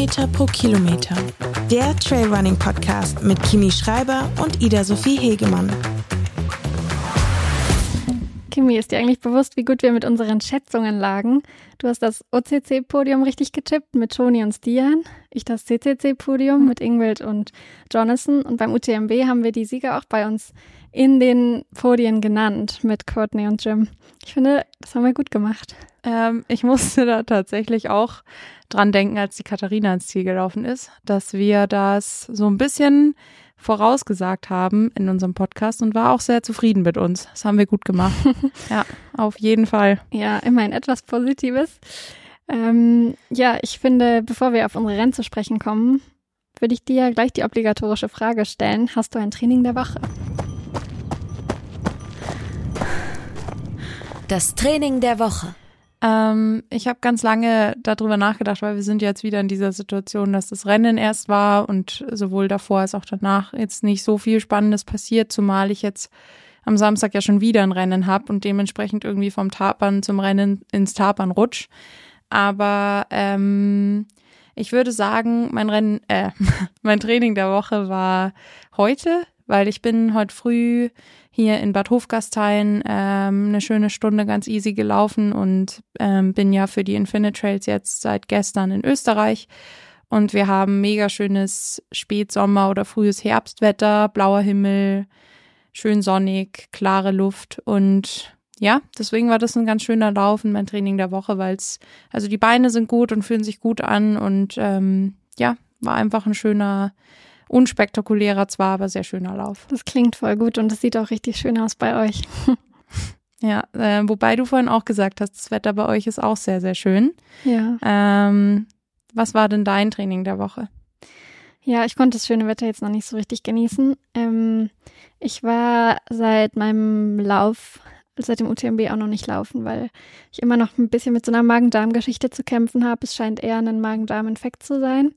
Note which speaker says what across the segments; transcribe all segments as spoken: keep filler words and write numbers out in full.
Speaker 1: Meter pro Kilometer. Der Trailrunning-Podcast mit Kimi Schreiber und Ida-Sophie Hegemann.
Speaker 2: Kimi, ist dir eigentlich bewusst, wie gut wir mit unseren Schätzungen lagen? Du hast das O C C-Podium richtig getippt mit Toni und Stian. Ich das C C C-Podium mit Ingvild und Jonathan. Und beim U T M B haben wir die Sieger auch bei uns in den Podien genannt mit Courtney und Jim. Ich finde, das haben wir gut gemacht.
Speaker 3: Ähm, ich musste da tatsächlich auch dran denken, als die Katharina ins Ziel gelaufen ist, dass wir das so ein bisschen vorausgesagt haben in unserem Podcast und war auch sehr zufrieden mit uns. Das haben wir gut gemacht. Ja, auf jeden Fall.
Speaker 2: Ja, immerhin etwas Positives. Ähm, ja, ich finde, bevor wir auf unsere Rennen zu sprechen kommen, würde ich dir gleich die obligatorische Frage stellen. Hast du ein Training der Woche?
Speaker 4: Das Training der Woche.
Speaker 3: Ähm, ich habe ganz lange darüber nachgedacht, weil wir sind jetzt wieder in dieser Situation, dass das Rennen erst war und sowohl davor als auch danach jetzt nicht so viel Spannendes passiert, zumal ich jetzt am Samstag ja schon wieder ein Rennen habe und dementsprechend irgendwie vom Tapern zum Rennen ins Tapern rutsch. Aber ähm, ich würde sagen, mein Rennen, äh, mein Training der Woche war heute, weil ich bin heute früh hier in Bad Hofgastein ähm, eine schöne Stunde ganz easy gelaufen und ähm, bin ja für die Infinite Trails jetzt seit gestern in Österreich. Und wir haben mega schönes Spätsommer- oder frühes Herbstwetter, blauer Himmel, schön sonnig, klare Luft. Und ja, deswegen war das ein ganz schöner Lauf in mein Training der Woche, weil es, also die Beine sind gut und fühlen sich gut an und ähm, ja, war einfach ein schöner, unspektakulärer zwar, aber sehr schöner Lauf.
Speaker 2: Das klingt voll gut und es sieht auch richtig schön aus bei euch.
Speaker 3: Ja, äh, wobei du vorhin auch gesagt hast, das Wetter bei euch ist auch sehr, sehr schön.
Speaker 2: Ja.
Speaker 3: Ähm, was war denn dein Training der Woche?
Speaker 2: Ja, ich konnte das schöne Wetter jetzt noch nicht so richtig genießen. Ähm, ich war seit meinem Lauf, seit dem U T M B auch noch nicht laufen, weil ich immer noch ein bisschen mit so einer Magen-Darm-Geschichte zu kämpfen habe. Es scheint eher ein Magen-Darm-Infekt zu sein.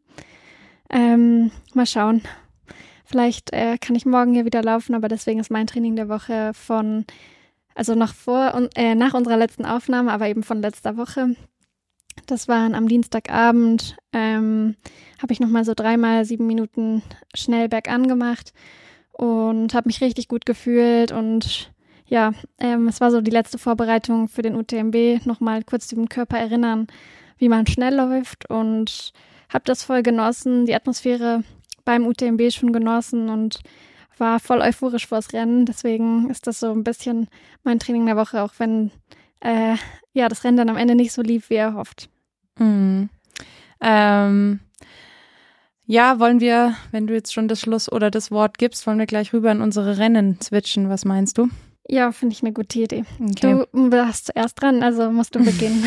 Speaker 2: Ähm, mal schauen. Vielleicht äh, kann ich morgen hier wieder laufen, aber deswegen ist mein Training der Woche von, also noch vor und äh, nach unserer letzten Aufnahme, aber eben von letzter Woche. Das waren am Dienstagabend, ähm, habe ich nochmal so dreimal sieben Minuten schnell bergan gemacht und habe mich richtig gut gefühlt und ja, ähm, es war so die letzte Vorbereitung für den U T M B, nochmal kurz den Körper erinnern, wie man schnell läuft und habe das voll genossen, die Atmosphäre beim U T M B schon genossen und war voll euphorisch vors Rennen. Deswegen ist das so ein bisschen mein Training der Woche, auch wenn äh, ja das Rennen dann am Ende nicht so lief, wie erhofft.
Speaker 3: Mhm. Ähm, ja, wollen wir, wenn du jetzt schon das Schluss oder das Wort gibst, wollen wir gleich rüber in unsere Rennen switchen. Was meinst du?
Speaker 2: Ja, finde ich eine gute Idee.
Speaker 3: Okay.
Speaker 2: Du warst zuerst dran, also musst du beginnen.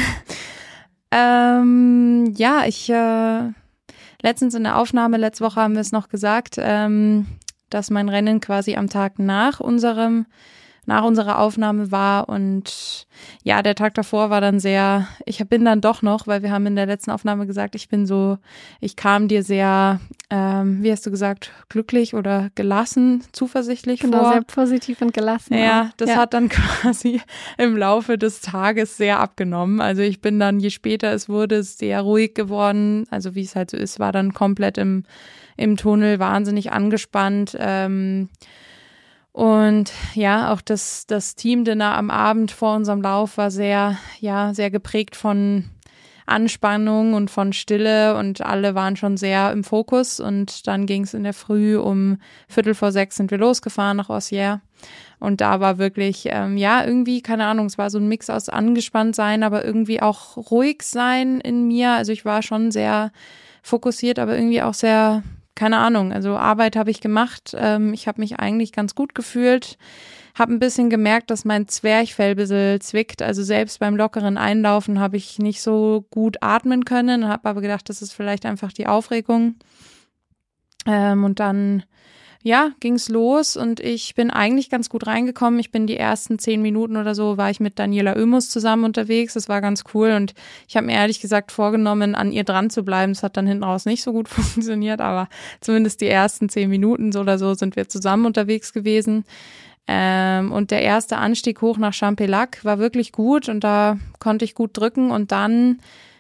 Speaker 3: Ähm, ja, ich, äh, letztens in der Aufnahme, letzte Woche haben wir es noch gesagt, ähm, dass mein Rennen quasi am Tag nach unserem, nach unserer Aufnahme war und ja, der Tag davor war dann sehr, ich bin dann doch noch, weil wir haben in der letzten Aufnahme gesagt, ich bin so, ich kam dir sehr, ähm, wie hast du gesagt, glücklich oder gelassen, zuversichtlich
Speaker 2: genau,
Speaker 3: vor.
Speaker 2: Sehr positiv und gelassen.
Speaker 3: Ja,
Speaker 2: auch.
Speaker 3: das
Speaker 2: ja.
Speaker 3: hat dann quasi im Laufe des Tages sehr abgenommen. Also ich bin dann, je später es wurde, sehr ruhig geworden. Also wie es halt so ist, war dann komplett im, im Tunnel, wahnsinnig angespannt. Ähm, und ja, auch das, das Teamdinner am Abend vor unserem Lauf war sehr, ja, sehr geprägt von Anspannung und von Stille und alle waren schon sehr im Fokus und dann ging es in der Früh um Viertel vor sechs sind wir losgefahren nach Ossier und da war wirklich, ähm, ja, irgendwie, keine Ahnung, es war so ein Mix aus angespannt sein, aber irgendwie auch ruhig sein in mir, also ich war schon sehr fokussiert, aber irgendwie auch sehr, keine Ahnung, also Arbeit habe ich gemacht, ähm, ich habe mich eigentlich ganz gut gefühlt, habe ein bisschen gemerkt, dass mein Zwerchfell ein bisschen zwickt. Also selbst beim lockeren Einlaufen habe ich nicht so gut atmen können. Habe aber gedacht, das ist vielleicht einfach die Aufregung. Ähm, und dann, ja, ging's los und ich bin eigentlich ganz gut reingekommen. Ich bin die ersten zehn Minuten oder so, war ich mit Daniela Oemus zusammen unterwegs. Das war ganz cool und ich habe mir ehrlich gesagt vorgenommen, an ihr dran zu bleiben. Das hat dann hinten raus nicht so gut funktioniert, aber zumindest die ersten zehn Minuten so oder so sind wir zusammen unterwegs gewesen. Ähm, und der erste Anstieg hoch nach Champelac war wirklich gut und da konnte ich gut drücken und dann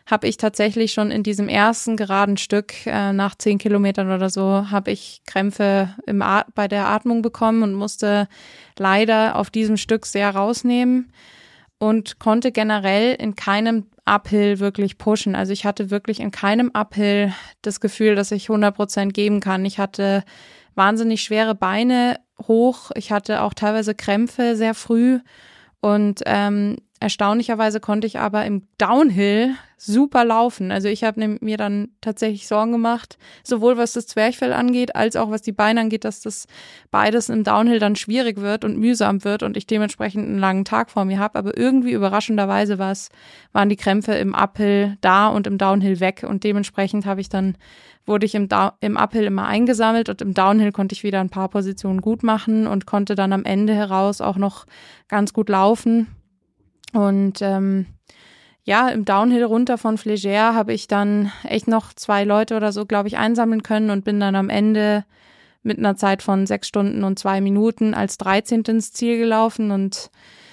Speaker 3: habe ich tatsächlich schon in diesem ersten geraden Stück, äh, nach zehn Kilometern oder so, habe ich Krämpfe im At- bei der Atmung bekommen und musste leider auf diesem Stück sehr rausnehmen und konnte generell in keinem Uphill wirklich pushen. Also ich hatte wirklich in keinem Uphill das Gefühl, dass ich hundert Prozent geben kann. Ich hatte wahnsinnig schwere Beine hoch. Ich hatte auch teilweise Krämpfe sehr früh und ähm, erstaunlicherweise konnte ich aber im Downhill super laufen. Also ich habe mir dann tatsächlich Sorgen gemacht, sowohl was das Zwerchfell angeht, als auch was die Beine angeht, dass das beides im Downhill dann schwierig wird und mühsam wird und ich dementsprechend einen langen Tag vor mir habe. Aber irgendwie überraschenderweise war's, waren die Krämpfe im Uphill da und im Downhill weg und dementsprechend habe ich dann wurde ich im, da- im Uphill immer eingesammelt und im Downhill konnte ich wieder ein paar Positionen gut machen und konnte dann am Ende heraus auch noch ganz gut laufen. Und ähm, ja, im Downhill runter von Flégère habe ich dann echt noch zwei Leute oder so, glaube ich, einsammeln können und bin dann am Ende mit einer Zeit von sechs Stunden und zwei Minuten als dreizehnte ins Ziel gelaufen. Und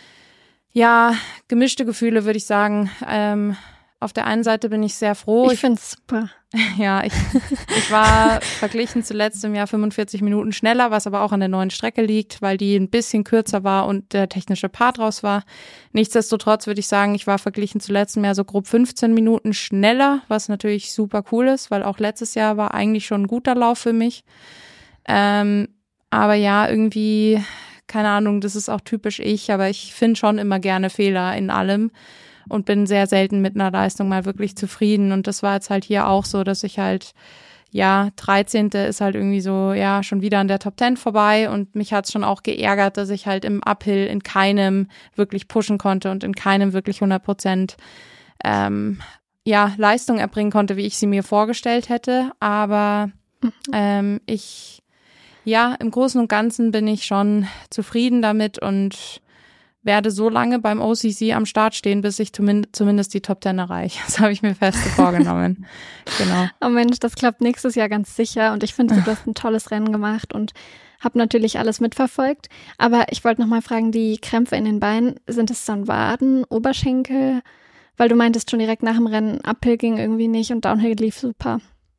Speaker 3: ja, gemischte Gefühle, würde ich sagen. Ähm, auf der einen Seite bin ich sehr froh.
Speaker 2: Ich finde es super.
Speaker 3: Ja, ich, ich war verglichen zuletzt im Jahr fünfundvierzig Minuten schneller, was aber auch an der neuen Strecke liegt, weil die ein bisschen kürzer war und der technische Part raus war. Nichtsdestotrotz würde ich sagen, ich war verglichen zuletzt im Jahr so grob fünfzehn Minuten schneller, was natürlich super cool ist, weil auch letztes Jahr war eigentlich schon ein guter Lauf für mich. Ähm, aber ja, irgendwie, keine Ahnung, das ist auch typisch ich, aber ich finde schon immer gerne Fehler in allem. Und bin sehr selten mit einer Leistung mal wirklich zufrieden. Und das war jetzt halt hier auch so, dass ich halt, ja, dreizehnte ist halt irgendwie so, ja, schon wieder an der Top zehn vorbei. Und mich hat's schon auch geärgert, dass ich halt im Uphill in keinem wirklich pushen konnte und in keinem wirklich hundert Prozent ähm, ja, Leistung erbringen konnte, wie ich sie mir vorgestellt hätte. Aber ähm, ich, ja, im Großen und Ganzen bin ich schon zufrieden damit und werde so lange beim O C C am Start stehen, bis ich zumindest die Top zehn erreiche. Das habe ich mir fest vorgenommen. Genau.
Speaker 2: Oh Mensch, das klappt nächstes Jahr ganz sicher. Und ich finde, du hast ein tolles Rennen gemacht und habe natürlich alles mitverfolgt. Aber ich wollte noch mal fragen, die Krämpfe in den Beinen, sind es dann Waden, Oberschenkel? Weil du meintest schon direkt nach dem Rennen, Uphill ging irgendwie nicht und Downhill lief super.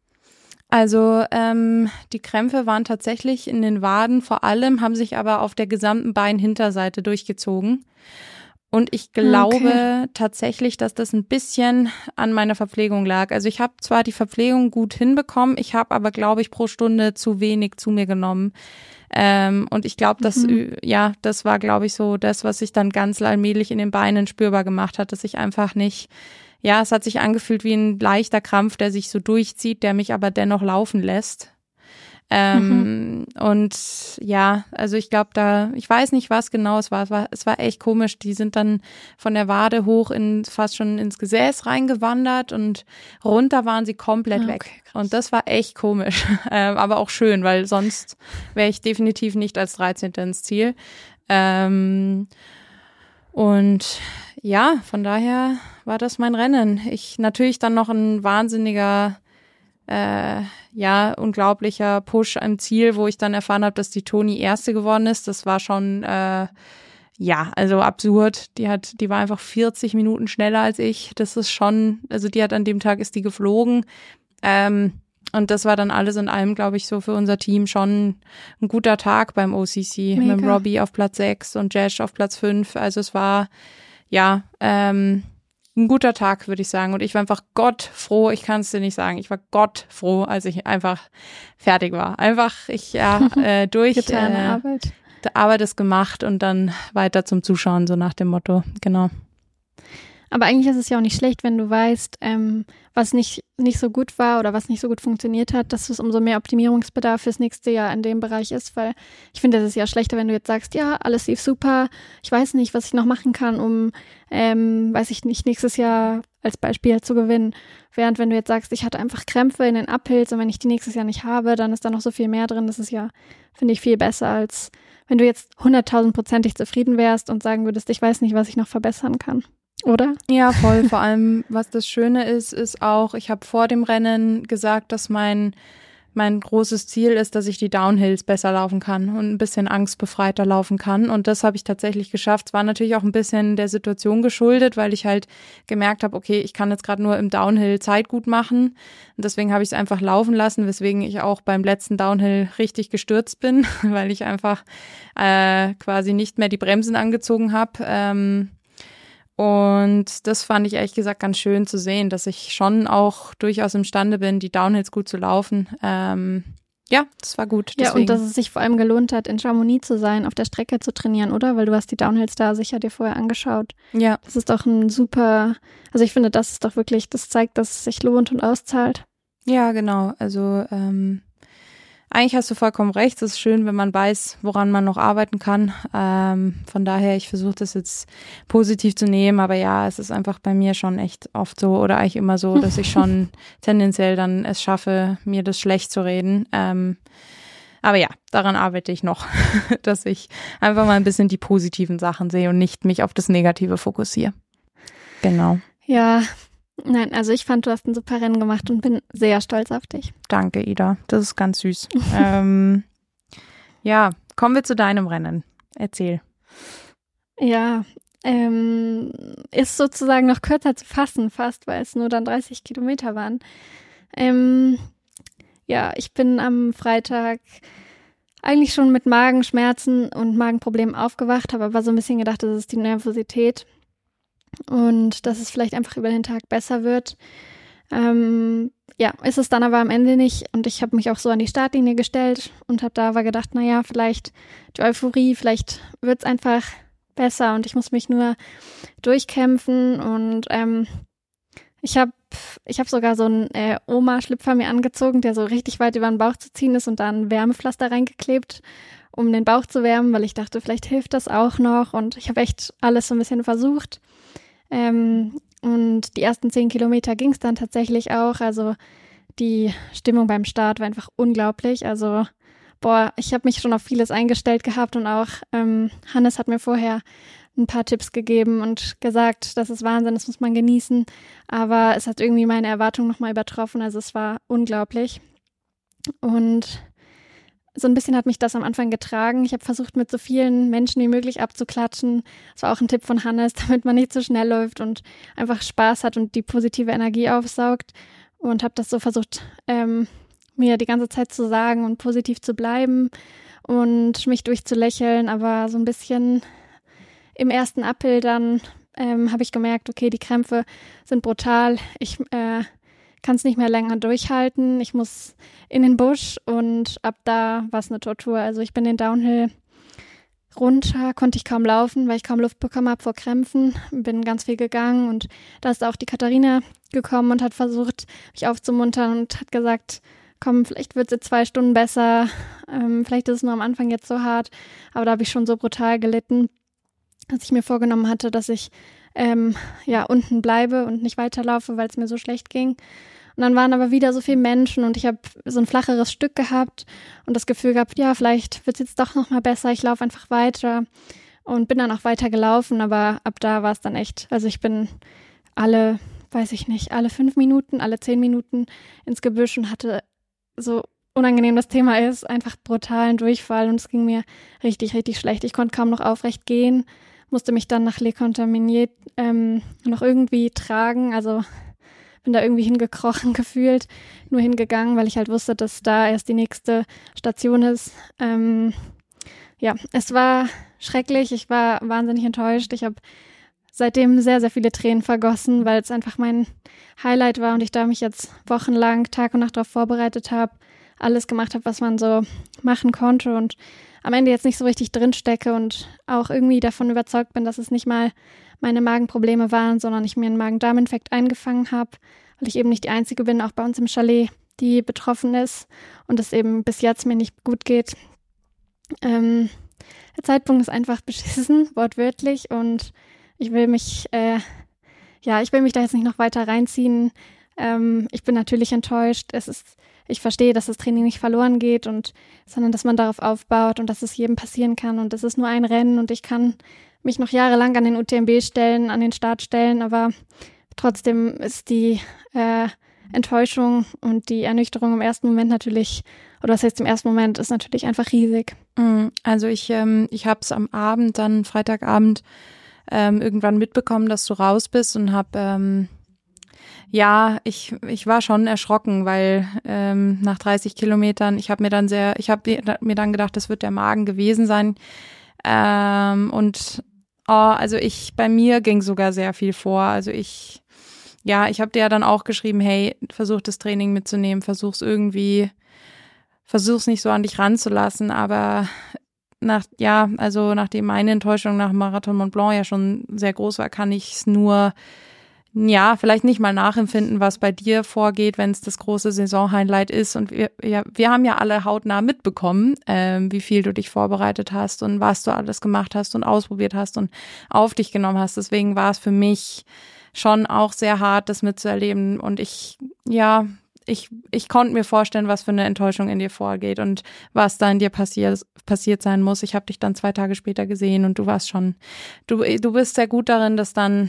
Speaker 3: Also ähm, die Krämpfe waren tatsächlich in den Waden, vor allem haben sich aber auf der gesamten Beinhinterseite durchgezogen. Und ich glaube okay. tatsächlich, dass das ein bisschen an meiner Verpflegung lag. Also ich habe zwar die Verpflegung gut hinbekommen, ich habe aber, glaube ich, pro Stunde zu wenig zu mir genommen. Ähm, und ich glaube, dass mhm. ja, das war, glaube ich, so das, was sich dann ganz allmählich in den Beinen spürbar gemacht hat, dass ich einfach nicht Ja, es hat sich angefühlt wie ein leichter Krampf, der sich so durchzieht, der mich aber dennoch laufen lässt. Ähm, mhm. Und ja, also ich glaube da, ich weiß nicht, was genau es war. Es war, es war echt komisch. Die sind dann von der Wade hoch in fast schon ins Gesäß reingewandert und runter waren sie komplett okay, weg. Krass. Und das war echt komisch, ähm, aber auch schön, weil sonst wäre ich definitiv nicht als dreizehnte ins Ziel. Ähm, und ja, von daher war das mein Rennen. Ich natürlich dann noch ein wahnsinniger, äh, ja, unglaublicher Push am Ziel, wo ich dann erfahren habe, dass die Toni Erste geworden ist. Das war schon, äh, ja, also absurd. Die hat, die war einfach vierzig Minuten schneller als ich. Das ist schon, also die hat an dem Tag ist die geflogen. Ähm, und das war dann alles in allem, glaube ich, so für unser Team schon ein guter Tag beim O C C. Mega. Mit Robbie auf Platz sechs und Jesh auf Platz fünf. Also es war, ja, ähm, ein guter Tag, würde ich sagen. Und ich war einfach gottfroh, ich kann es dir nicht sagen, ich war gottfroh, als ich einfach fertig war. Einfach, ich, ja, äh, durch
Speaker 2: Getane
Speaker 3: äh,
Speaker 2: Arbeit.
Speaker 3: Die Arbeit ist gemacht und dann weiter zum Zuschauen, so nach dem Motto, genau.
Speaker 2: Aber eigentlich ist es ja auch nicht schlecht, wenn du weißt, ähm, was nicht nicht so gut war oder was nicht so gut funktioniert hat, dass es umso mehr Optimierungsbedarf fürs nächste Jahr in dem Bereich ist, weil ich finde, es ist ja schlechter, wenn du jetzt sagst, ja, alles lief super, ich weiß nicht, was ich noch machen kann, um, ähm, weiß ich nicht, nächstes Jahr als Beispiel zu gewinnen. Während wenn du jetzt sagst, ich hatte einfach Krämpfe in den Uphills und wenn ich die nächstes Jahr nicht habe, dann ist da noch so viel mehr drin. Das ist ja, finde ich, viel besser, als wenn du jetzt hunderttausendprozentig zufrieden wärst und sagen würdest, ich weiß nicht, was ich noch verbessern kann. Oder?
Speaker 3: Ja, voll. Vor allem, was das Schöne ist, ist auch, ich habe vor dem Rennen gesagt, dass mein mein großes Ziel ist, dass ich die Downhills besser laufen kann und ein bisschen angstbefreiter laufen kann. Und das habe ich tatsächlich geschafft. Es war natürlich auch ein bisschen der Situation geschuldet, weil ich halt gemerkt habe, okay, ich kann jetzt gerade nur im Downhill Zeit gut machen. Und deswegen habe ich es einfach laufen lassen, weswegen ich auch beim letzten Downhill richtig gestürzt bin, weil ich einfach äh, quasi nicht mehr die Bremsen angezogen habe. Ähm, Und das fand ich ehrlich gesagt ganz schön zu sehen, dass ich schon auch durchaus imstande bin, die Downhills gut zu laufen. Ähm, ja, das war gut.
Speaker 2: Ja,
Speaker 3: deswegen.
Speaker 2: und dass es sich vor allem gelohnt hat, in Chamonix zu sein, auf der Strecke zu trainieren, oder? Weil du hast die Downhills da sicher dir vorher angeschaut.
Speaker 3: Ja.
Speaker 2: Das ist doch ein super, also ich finde, das ist doch wirklich, das zeigt, dass es sich lohnt und auszahlt.
Speaker 3: Ja, genau. Also ähm, eigentlich hast du vollkommen recht. Es ist schön, wenn man weiß, woran man noch arbeiten kann. Ähm, von daher, ich versuche das jetzt positiv zu nehmen. Aber ja, es ist einfach bei mir schon echt oft so oder eigentlich immer so, dass ich schon tendenziell dann es schaffe, mir das schlecht zu reden. Ähm, aber ja, daran arbeite ich noch, dass ich einfach mal ein bisschen die positiven Sachen sehe und nicht mich auf das Negative fokussiere. Genau.
Speaker 2: Ja, nein, also ich fand, du hast ein super Rennen gemacht und bin sehr stolz auf dich.
Speaker 3: Danke, Ida. Das ist ganz süß. ähm, ja, kommen wir zu deinem Rennen. Erzähl.
Speaker 2: Ja, ähm, ist sozusagen noch kürzer zu fassen fast, weil es nur dann dreißig Kilometer waren. Ähm, ja, ich bin am Freitag eigentlich schon mit Magenschmerzen und Magenproblemen aufgewacht, habe aber so ein bisschen gedacht, das ist die Nervosität. Und dass es vielleicht einfach über den Tag besser wird. Ähm, ja, ist es dann aber am Ende nicht. Und ich habe mich auch so an die Startlinie gestellt und habe da aber gedacht, naja, vielleicht die Euphorie, vielleicht wird es einfach besser und ich muss mich nur durchkämpfen. Und ähm, ich habe ich hab sogar so einen äh, Oma-Schlüpfer mir angezogen, der so richtig weit über den Bauch zu ziehen ist und da ein Wärmepflaster reingeklebt, um den Bauch zu wärmen, weil ich dachte, vielleicht hilft das auch noch. Und ich habe echt alles so ein bisschen versucht. Ähm, und die ersten zehn Kilometer ging es dann tatsächlich auch. Also die Stimmung beim Start war einfach unglaublich. Also boah, ich habe mich schon auf vieles eingestellt gehabt und auch ähm, Hannes hat mir vorher ein paar Tipps gegeben und gesagt, das ist Wahnsinn, das muss man genießen. Aber es hat irgendwie meine Erwartungen nochmal übertroffen. Also es war unglaublich. Und so ein bisschen hat mich das am Anfang getragen. Ich habe versucht, mit so vielen Menschen wie möglich abzuklatschen. Das war auch ein Tipp von Hannes, damit man nicht zu schnell läuft und einfach Spaß hat und die positive Energie aufsaugt. Und habe das so versucht, ähm, mir die ganze Zeit zu sagen und positiv zu bleiben und mich durchzulächeln. Aber so ein bisschen im ersten Uphill dann ähm, habe ich gemerkt, okay, die Krämpfe sind brutal. Ich äh, kann es nicht mehr länger durchhalten. Ich muss in den Busch und ab da war es eine Tortur. Also ich bin den Downhill runter, konnte ich kaum laufen, weil ich kaum Luft bekommen habe vor Krämpfen. Bin ganz viel gegangen und da ist auch die Katharina gekommen und hat versucht, mich aufzumuntern und hat gesagt, komm, vielleicht wird es jetzt zwei Stunden besser. Ähm, vielleicht ist es nur am Anfang jetzt so hart. Aber da habe ich schon so brutal gelitten, dass ich mir vorgenommen hatte, dass ich ähm, ja unten bleibe und nicht weiterlaufe, weil es mir so schlecht ging. Und dann waren aber wieder so viele Menschen und ich habe so ein flacheres Stück gehabt und das Gefühl gehabt, ja, vielleicht wird es jetzt doch nochmal besser, ich laufe einfach weiter und bin dann auch weiter gelaufen, aber ab da war es dann echt, also ich bin alle, weiß ich nicht, alle fünf Minuten, alle zehn Minuten ins Gebüsch und hatte, so unangenehm das Thema ist, einfach brutalen Durchfall und es ging mir richtig, richtig schlecht. Ich konnte kaum noch aufrecht gehen, musste mich dann nach Le Contaminier ähm, noch irgendwie tragen, also bin da irgendwie hingekrochen gefühlt, nur hingegangen, weil ich halt wusste, dass da erst die nächste Station ist. Ähm, ja, es war schrecklich, ich war wahnsinnig enttäuscht. Ich habe seitdem sehr, sehr viele Tränen vergossen, weil es einfach mein Highlight war und ich da mich jetzt wochenlang Tag und Nacht darauf vorbereitet habe, alles gemacht habe, was man so machen konnte und am Ende jetzt nicht so richtig drinstecke und auch irgendwie davon überzeugt bin, dass es nicht mal meine Magenprobleme waren, sondern ich mir einen Magen-Darm-Infekt eingefangen habe, weil ich eben nicht die Einzige bin, auch bei uns im Chalet, die betroffen ist und es eben bis jetzt mir nicht gut geht. Ähm, der Zeitpunkt ist einfach beschissen, wortwörtlich, und ich will mich, äh, ja, ich will mich da jetzt nicht noch weiter reinziehen. Ähm, ich bin natürlich enttäuscht. Es ist, ich verstehe, dass das Training nicht verloren geht und, sondern dass man darauf aufbaut und dass es jedem passieren kann und es ist nur ein Rennen und ich kann mich noch jahrelang an den U T M B stellen, an den Start stellen, aber trotzdem ist die äh, Enttäuschung und die Ernüchterung im ersten Moment natürlich, oder was heißt im ersten Moment, ist natürlich einfach riesig.
Speaker 3: Also ich, ähm, ich habe es am Abend, dann Freitagabend, ähm, irgendwann mitbekommen, dass du raus bist und habe, ähm, ja, ich ich war schon erschrocken, weil ähm, nach dreißig Kilometern, ich habe mir dann sehr, ich habe mir dann gedacht, das wird der Magen gewesen sein. Ähm, und oh, also ich, bei mir ging sogar sehr viel vor. Also ich, ja, ich habe dir ja dann auch geschrieben, hey, versuch das Training mitzunehmen, versuch's irgendwie, versuch's nicht so an dich ranzulassen, aber nach, ja, also nachdem meine Enttäuschung nach Marathon Mont Blanc ja schon sehr groß war, kann ich es nur, ja, vielleicht nicht mal nachempfinden, was bei dir vorgeht, wenn es das große Saisonhighlight ist. Und wir, ja, wir haben ja alle hautnah mitbekommen, ähm, wie viel du dich vorbereitet hast und was du alles gemacht hast und ausprobiert hast und auf dich genommen hast. Deswegen war es für mich schon auch sehr hart, das mitzuerleben. Und ich, ja, ich, ich konnte mir vorstellen, was für eine Enttäuschung in dir vorgeht und was da in dir passiert, passiert sein muss. Ich habe dich dann zwei Tage später gesehen und du warst schon, du, du bist sehr gut darin, das dann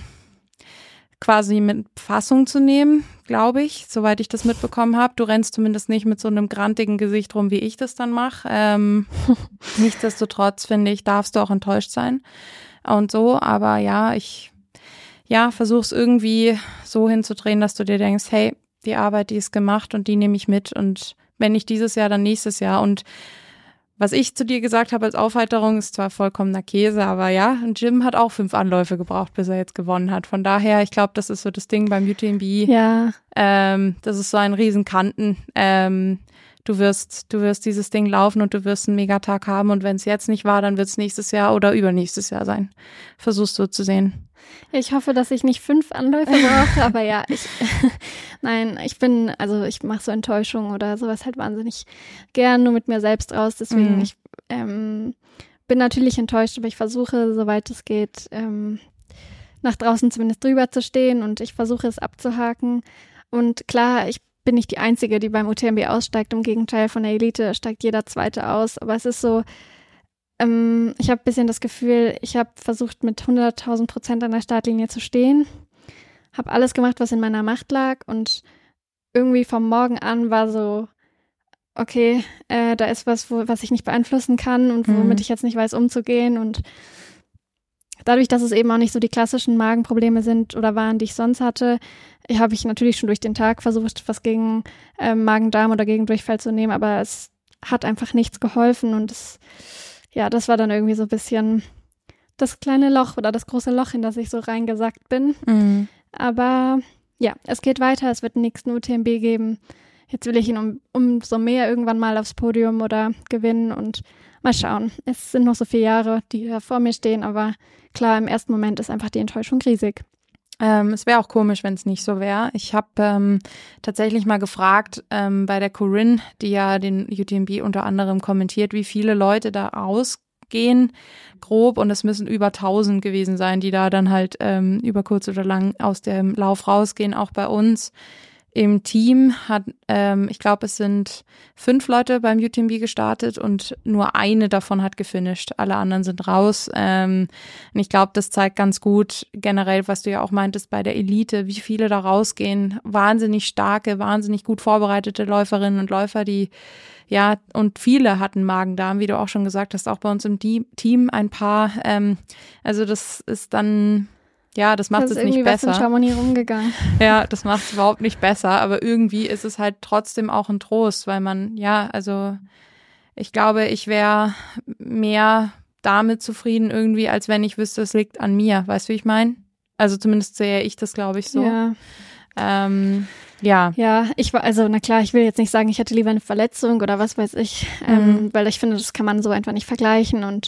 Speaker 3: quasi mit Fassung zu nehmen, glaube ich, soweit ich das mitbekommen habe. Du rennst zumindest nicht mit so einem grantigen Gesicht rum, wie ich das dann mache. Ähm, nichtsdestotrotz, finde ich, darfst du auch enttäuscht sein und so. Aber ja, ich ja, versuch's irgendwie so hinzudrehen, dass du dir denkst, hey, die Arbeit, die ist gemacht und die nehme ich mit und wenn nicht dieses Jahr, dann nächstes Jahr. Und was ich zu dir gesagt habe als Aufheiterung, ist zwar vollkommener Käse, aber ja, ein Jim hat auch fünf Anläufe gebraucht, bis er jetzt gewonnen hat. Von daher, ich glaube, das ist so das Ding beim U T M B.
Speaker 2: Ja.
Speaker 3: Ähm, das ist so ein Riesenkanten. Ähm, du wirst, du wirst dieses Ding laufen und du wirst einen Megatag haben und wenn es jetzt nicht war, dann wird es nächstes Jahr oder übernächstes Jahr sein. Versuchst du zu sehen.
Speaker 2: Ich hoffe, dass ich nicht fünf Anläufe brauche, aber ja, ich, nein, ich bin, also ich mache so Enttäuschungen oder sowas halt wahnsinnig gern nur mit mir selbst raus, deswegen
Speaker 3: Mhm.
Speaker 2: ich ähm, bin natürlich enttäuscht, aber ich versuche, soweit es geht, ähm, nach draußen zumindest drüber zu stehen und ich versuche es abzuhaken und klar, ich bin nicht die Einzige, die beim U T M B aussteigt, im Gegenteil von der Elite steigt jeder Zweite aus, aber es ist so, Ähm, ich habe ein bisschen das Gefühl, ich habe versucht, mit hunderttausend Prozent an der Startlinie zu stehen, habe alles gemacht, was in meiner Macht lag und irgendwie vom Morgen an war so, okay, äh, da ist was, wo, was ich nicht beeinflussen kann und womit
Speaker 3: Mhm.
Speaker 2: ich jetzt nicht weiß, umzugehen und dadurch, dass es eben auch nicht so die klassischen Magenprobleme sind oder waren, die ich sonst hatte, habe ich natürlich schon durch den Tag versucht, was gegen ähm, Magen-Darm oder gegen Durchfall zu nehmen, aber es hat einfach nichts geholfen und es ja, das war dann irgendwie so ein bisschen das kleine Loch oder das große Loch, in das ich so reingesackt bin.
Speaker 3: Mhm.
Speaker 2: Aber ja, es geht weiter, es wird den nächsten U T M B geben. Jetzt will ich ihn um, umso mehr irgendwann mal aufs Podium oder gewinnen und mal schauen. Es sind noch so vier Jahre, die da vor mir stehen, aber klar, im ersten Moment ist einfach die Enttäuschung riesig.
Speaker 3: Ähm, es wäre auch komisch, wenn es nicht so wäre. Ich habe ähm, tatsächlich mal gefragt ähm, bei der Corinne, die ja den U T M B unter anderem kommentiert, wie viele Leute da rausgehen, grob. Und es müssen über tausend gewesen sein, die da dann halt ähm, über kurz oder lang aus dem Lauf rausgehen, auch bei uns. Im Team hat, ähm, ich glaube, es sind fünf Leute beim U T M B gestartet und nur eine davon hat gefinisht. Alle anderen sind raus. Ähm, und ich glaube, das zeigt ganz gut generell, was du ja auch meintest bei der Elite, wie viele da rausgehen. Wahnsinnig starke, wahnsinnig gut vorbereitete Läuferinnen und Läufer, die, ja, und viele hatten Magen-Darm, wie du auch schon gesagt hast, auch bei uns im Team ein paar. Ähm, also das ist dann... Ja, das macht es nicht besser.
Speaker 2: Das ist irgendwie was in Chamonix rumgegangen.
Speaker 3: Ja, das macht es überhaupt nicht besser, aber irgendwie ist es halt trotzdem auch ein Trost, weil man, ja, also ich glaube, ich wäre mehr damit zufrieden irgendwie, als wenn ich wüsste, es liegt an mir. Weißt du, wie ich meine? Also zumindest sehe ich das, glaube ich, so.
Speaker 2: Ja.
Speaker 3: Ähm, ja.
Speaker 2: Ja, ich war, also na klar, ich will jetzt nicht sagen, ich hätte lieber eine Verletzung oder was weiß ich, ähm,
Speaker 3: Mhm.
Speaker 2: weil ich finde, das kann man so einfach nicht vergleichen und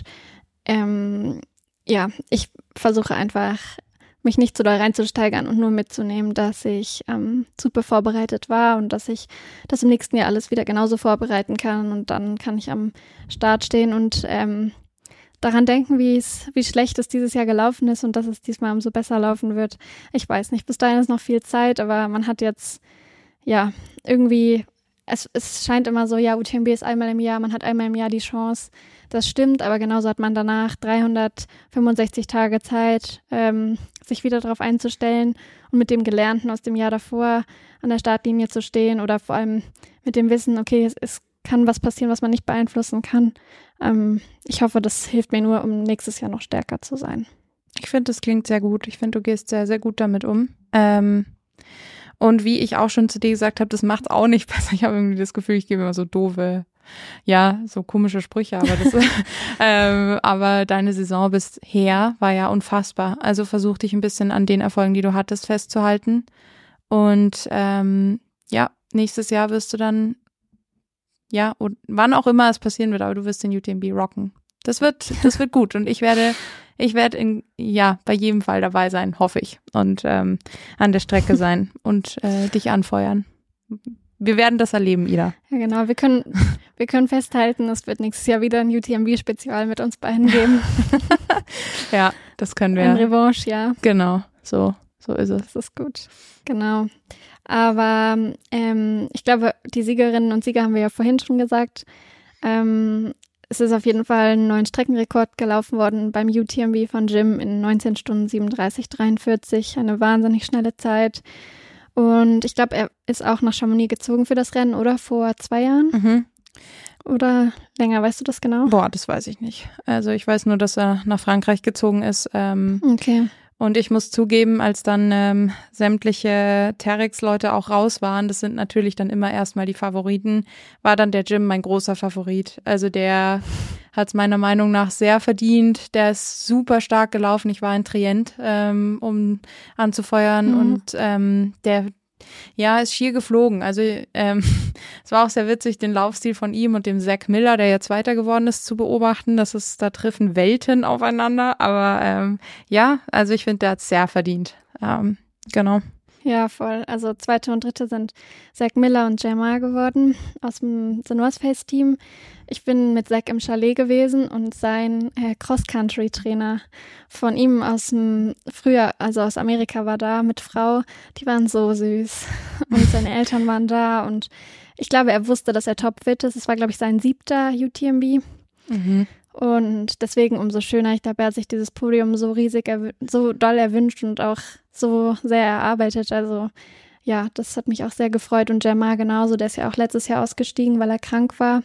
Speaker 2: ähm, ja, ich versuche einfach, mich nicht zu doll reinzusteigern und nur mitzunehmen, dass ich ähm, super vorbereitet war und dass ich das im nächsten Jahr alles wieder genauso vorbereiten kann und dann kann ich am Start stehen und ähm, daran denken, wie es, wie schlecht es dieses Jahr gelaufen ist und dass es diesmal umso besser laufen wird. Ich weiß nicht, bis dahin ist noch viel Zeit, aber man hat jetzt ja irgendwie es, es scheint immer so, ja, U T M B ist einmal im Jahr, man hat einmal im Jahr die Chance. Das stimmt, aber genauso hat man danach dreihundertfünfundsechzig Tage Zeit, ähm, sich wieder darauf einzustellen und mit dem Gelernten aus dem Jahr davor an der Startlinie zu stehen oder vor allem mit dem Wissen, okay, es, es kann was passieren, was man nicht beeinflussen kann. Ähm, ich hoffe, das hilft mir nur, um nächstes Jahr noch stärker zu sein.
Speaker 3: Ich finde, das klingt sehr gut. Ich finde, du gehst sehr, sehr gut damit um. Ähm, und wie ich auch schon zu dir gesagt habe, das macht auch nicht besser. Ich habe irgendwie das Gefühl, ich gebe immer so doofe, ja, so komische Sprüche, aber das ähm, aber deine Saison bisher war ja unfassbar. Also versuch dich ein bisschen an den Erfolgen, die du hattest, festzuhalten. Und ähm, ja, nächstes Jahr wirst du dann, ja, und wann auch immer es passieren wird, aber du wirst den U T M B rocken. Das wird, das wird gut. Und ich werde, ich werde in, ja, bei jedem Fall dabei sein, hoffe ich. Und ähm, an der Strecke sein und äh, dich anfeuern. Wir werden das erleben, Ida.
Speaker 2: Ja, genau. Wir können, wir können festhalten, es wird nächstes Jahr wieder ein U T M B-Spezial mit uns beiden geben.
Speaker 3: Ja, das können wir.
Speaker 2: Ein Revanche, ja.
Speaker 3: Genau, so, so ist es.
Speaker 2: Das ist gut. Genau. Aber ähm, ich glaube, die Siegerinnen und Sieger haben wir ja vorhin schon gesagt. Ähm, es ist auf jeden Fall ein neuen Streckenrekord gelaufen worden beim U T M B von Jim in neunzehn Stunden siebenunddreißig dreiundvierzig. Eine wahnsinnig schnelle Zeit. Und ich glaube, er ist auch nach Chamonix gezogen für das Rennen, oder? Vor zwei Jahren?
Speaker 3: Mhm.
Speaker 2: Oder länger, weißt du das genau?
Speaker 3: Boah, das weiß ich nicht. Also ich weiß nur, dass er nach Frankreich gezogen ist. Ähm,
Speaker 2: okay.
Speaker 3: Und ich muss zugeben, als dann ähm, sämtliche Terex-Leute auch raus waren, das sind natürlich dann immer erstmal die Favoriten, war dann der Jim mein großer Favorit. Also der hat es meiner Meinung nach sehr verdient. Der ist super stark gelaufen. Ich war in Trient, ähm, um anzufeuern mhm. und ähm, der ja, ist schier geflogen. Also ähm, es war auch sehr witzig, den Laufstil von ihm und dem Zach Miller, der jetzt Zweiter geworden ist, zu beobachten. Das ist, da treffen Welten aufeinander. Aber ähm, ja, also ich finde, der hat es sehr verdient. Ähm, genau.
Speaker 2: Ja, voll. Also Zweite und Dritte sind Zach Miller und Jamar geworden aus dem The North Face Team. Ich bin mit Zach im Chalet gewesen und sein äh, Cross-Country-Trainer von ihm aus dem früher, also aus Amerika war da mit Frau. Die waren so süß und seine Eltern waren da und ich glaube, er wusste, dass er topfit ist. Es war, glaube ich, sein siebter U T M B.
Speaker 3: Mhm.
Speaker 2: Und deswegen umso schöner. Ich glaube, er hat sich dieses Podium so riesig, erw- so doll erwünscht und auch so sehr erarbeitet. Also ja, das hat mich auch sehr gefreut. Und Jamar genauso, der ist ja auch letztes Jahr ausgestiegen, weil er krank war.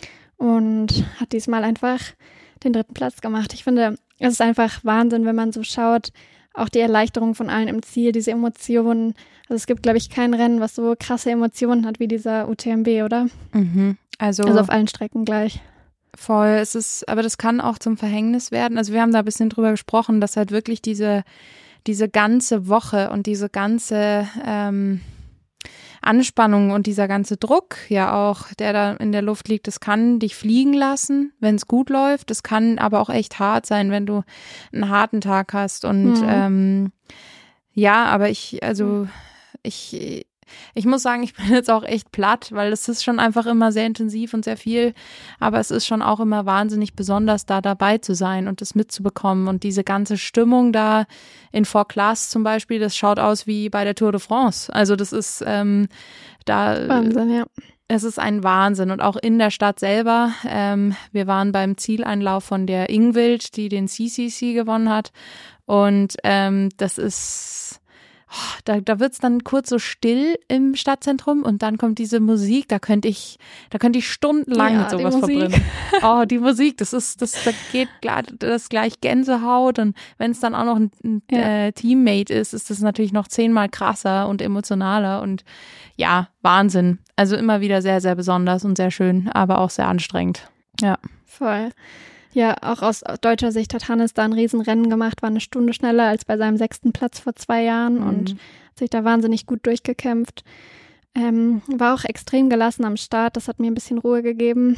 Speaker 2: Und hat diesmal einfach den dritten Platz gemacht. Ich finde, es ist einfach Wahnsinn, wenn man so schaut. Auch die Erleichterung von allen im Ziel, diese Emotionen. Also es gibt, glaube ich, kein Rennen, was so krasse Emotionen hat wie dieser U T M B, oder?
Speaker 3: Mhm. Also,
Speaker 2: also auf allen Strecken gleich.
Speaker 3: Voll, es ist, aber das kann auch zum Verhängnis werden. Also wir haben da ein bisschen drüber gesprochen, dass halt wirklich diese, diese ganze Woche und diese ganze ähm, Anspannung und dieser ganze Druck ja auch, der da in der Luft liegt, das kann dich fliegen lassen, wenn es gut läuft. Das kann aber auch echt hart sein, wenn du einen harten Tag hast. Und mhm. ähm, ja, aber ich, also ich Ich muss sagen, ich bin jetzt auch echt platt, weil es ist schon einfach immer sehr intensiv und sehr viel, aber es ist schon auch immer wahnsinnig besonders, da dabei zu sein und das mitzubekommen und diese ganze Stimmung da in Four-Class zum Beispiel, das schaut aus wie bei der Tour de France. Also das ist ähm, da
Speaker 2: Wahnsinn, ja.
Speaker 3: Es ist ein Wahnsinn und auch in der Stadt selber. Ähm, wir waren beim Zieleinlauf von der Ingwild, die den C C C gewonnen hat und ähm, das ist Oh, da, da wird's dann kurz so still im Stadtzentrum und dann kommt diese Musik, da könnte ich, da könnte ich stundenlang
Speaker 2: ja,
Speaker 3: mit sowas verbringen. Oh, die Musik, das ist, das, da geht das gleich Gänsehaut und wenn es dann auch noch ein, ein ja. äh, Teammate ist, ist das natürlich noch zehnmal krasser und emotionaler und ja, Wahnsinn. Also immer wieder sehr, sehr besonders und sehr schön, aber auch sehr anstrengend. Ja.
Speaker 2: Voll. Ja, auch aus deutscher Sicht hat Hannes da ein Riesenrennen gemacht, war eine Stunde schneller als bei seinem sechsten Platz vor zwei Jahren mhm. und hat sich da wahnsinnig gut durchgekämpft. Ähm, war auch extrem gelassen am Start, das hat mir ein bisschen Ruhe gegeben.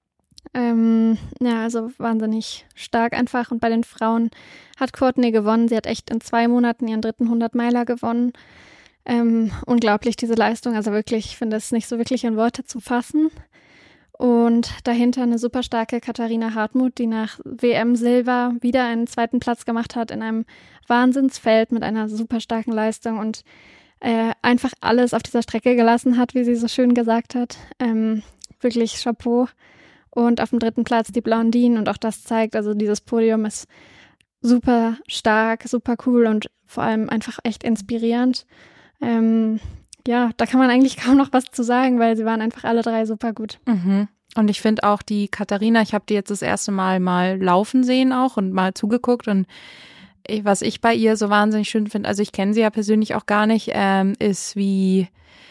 Speaker 2: Ähm, ja, also wahnsinnig stark einfach. Und bei den Frauen hat Courtney gewonnen. Sie hat echt in zwei Monaten ihren dritten hundert-Meiler gewonnen. Ähm, unglaublich, diese Leistung. Also wirklich, ich finde es nicht so wirklich in Worte zu fassen. Und dahinter eine super starke Katharina Hartmut, die nach W M Silber wieder einen zweiten Platz gemacht hat in einem Wahnsinnsfeld mit einer super starken Leistung. Und äh, einfach alles auf dieser Strecke gelassen hat, wie sie so schön gesagt hat. Ähm, wirklich Chapeau. Und auf dem dritten Platz die Blondine und auch das zeigt, also dieses Podium ist super stark, super cool und vor allem einfach echt inspirierend. Ähm, ja, da kann man eigentlich kaum noch was zu sagen, weil sie waren einfach alle drei super gut.
Speaker 3: Mhm. Und ich finde auch die Katharina, ich habe die jetzt das erste Mal mal laufen sehen auch und mal zugeguckt und ich, was ich bei ihr so wahnsinnig schön finde, also ich kenne sie ja persönlich auch gar nicht, ähm, ist wie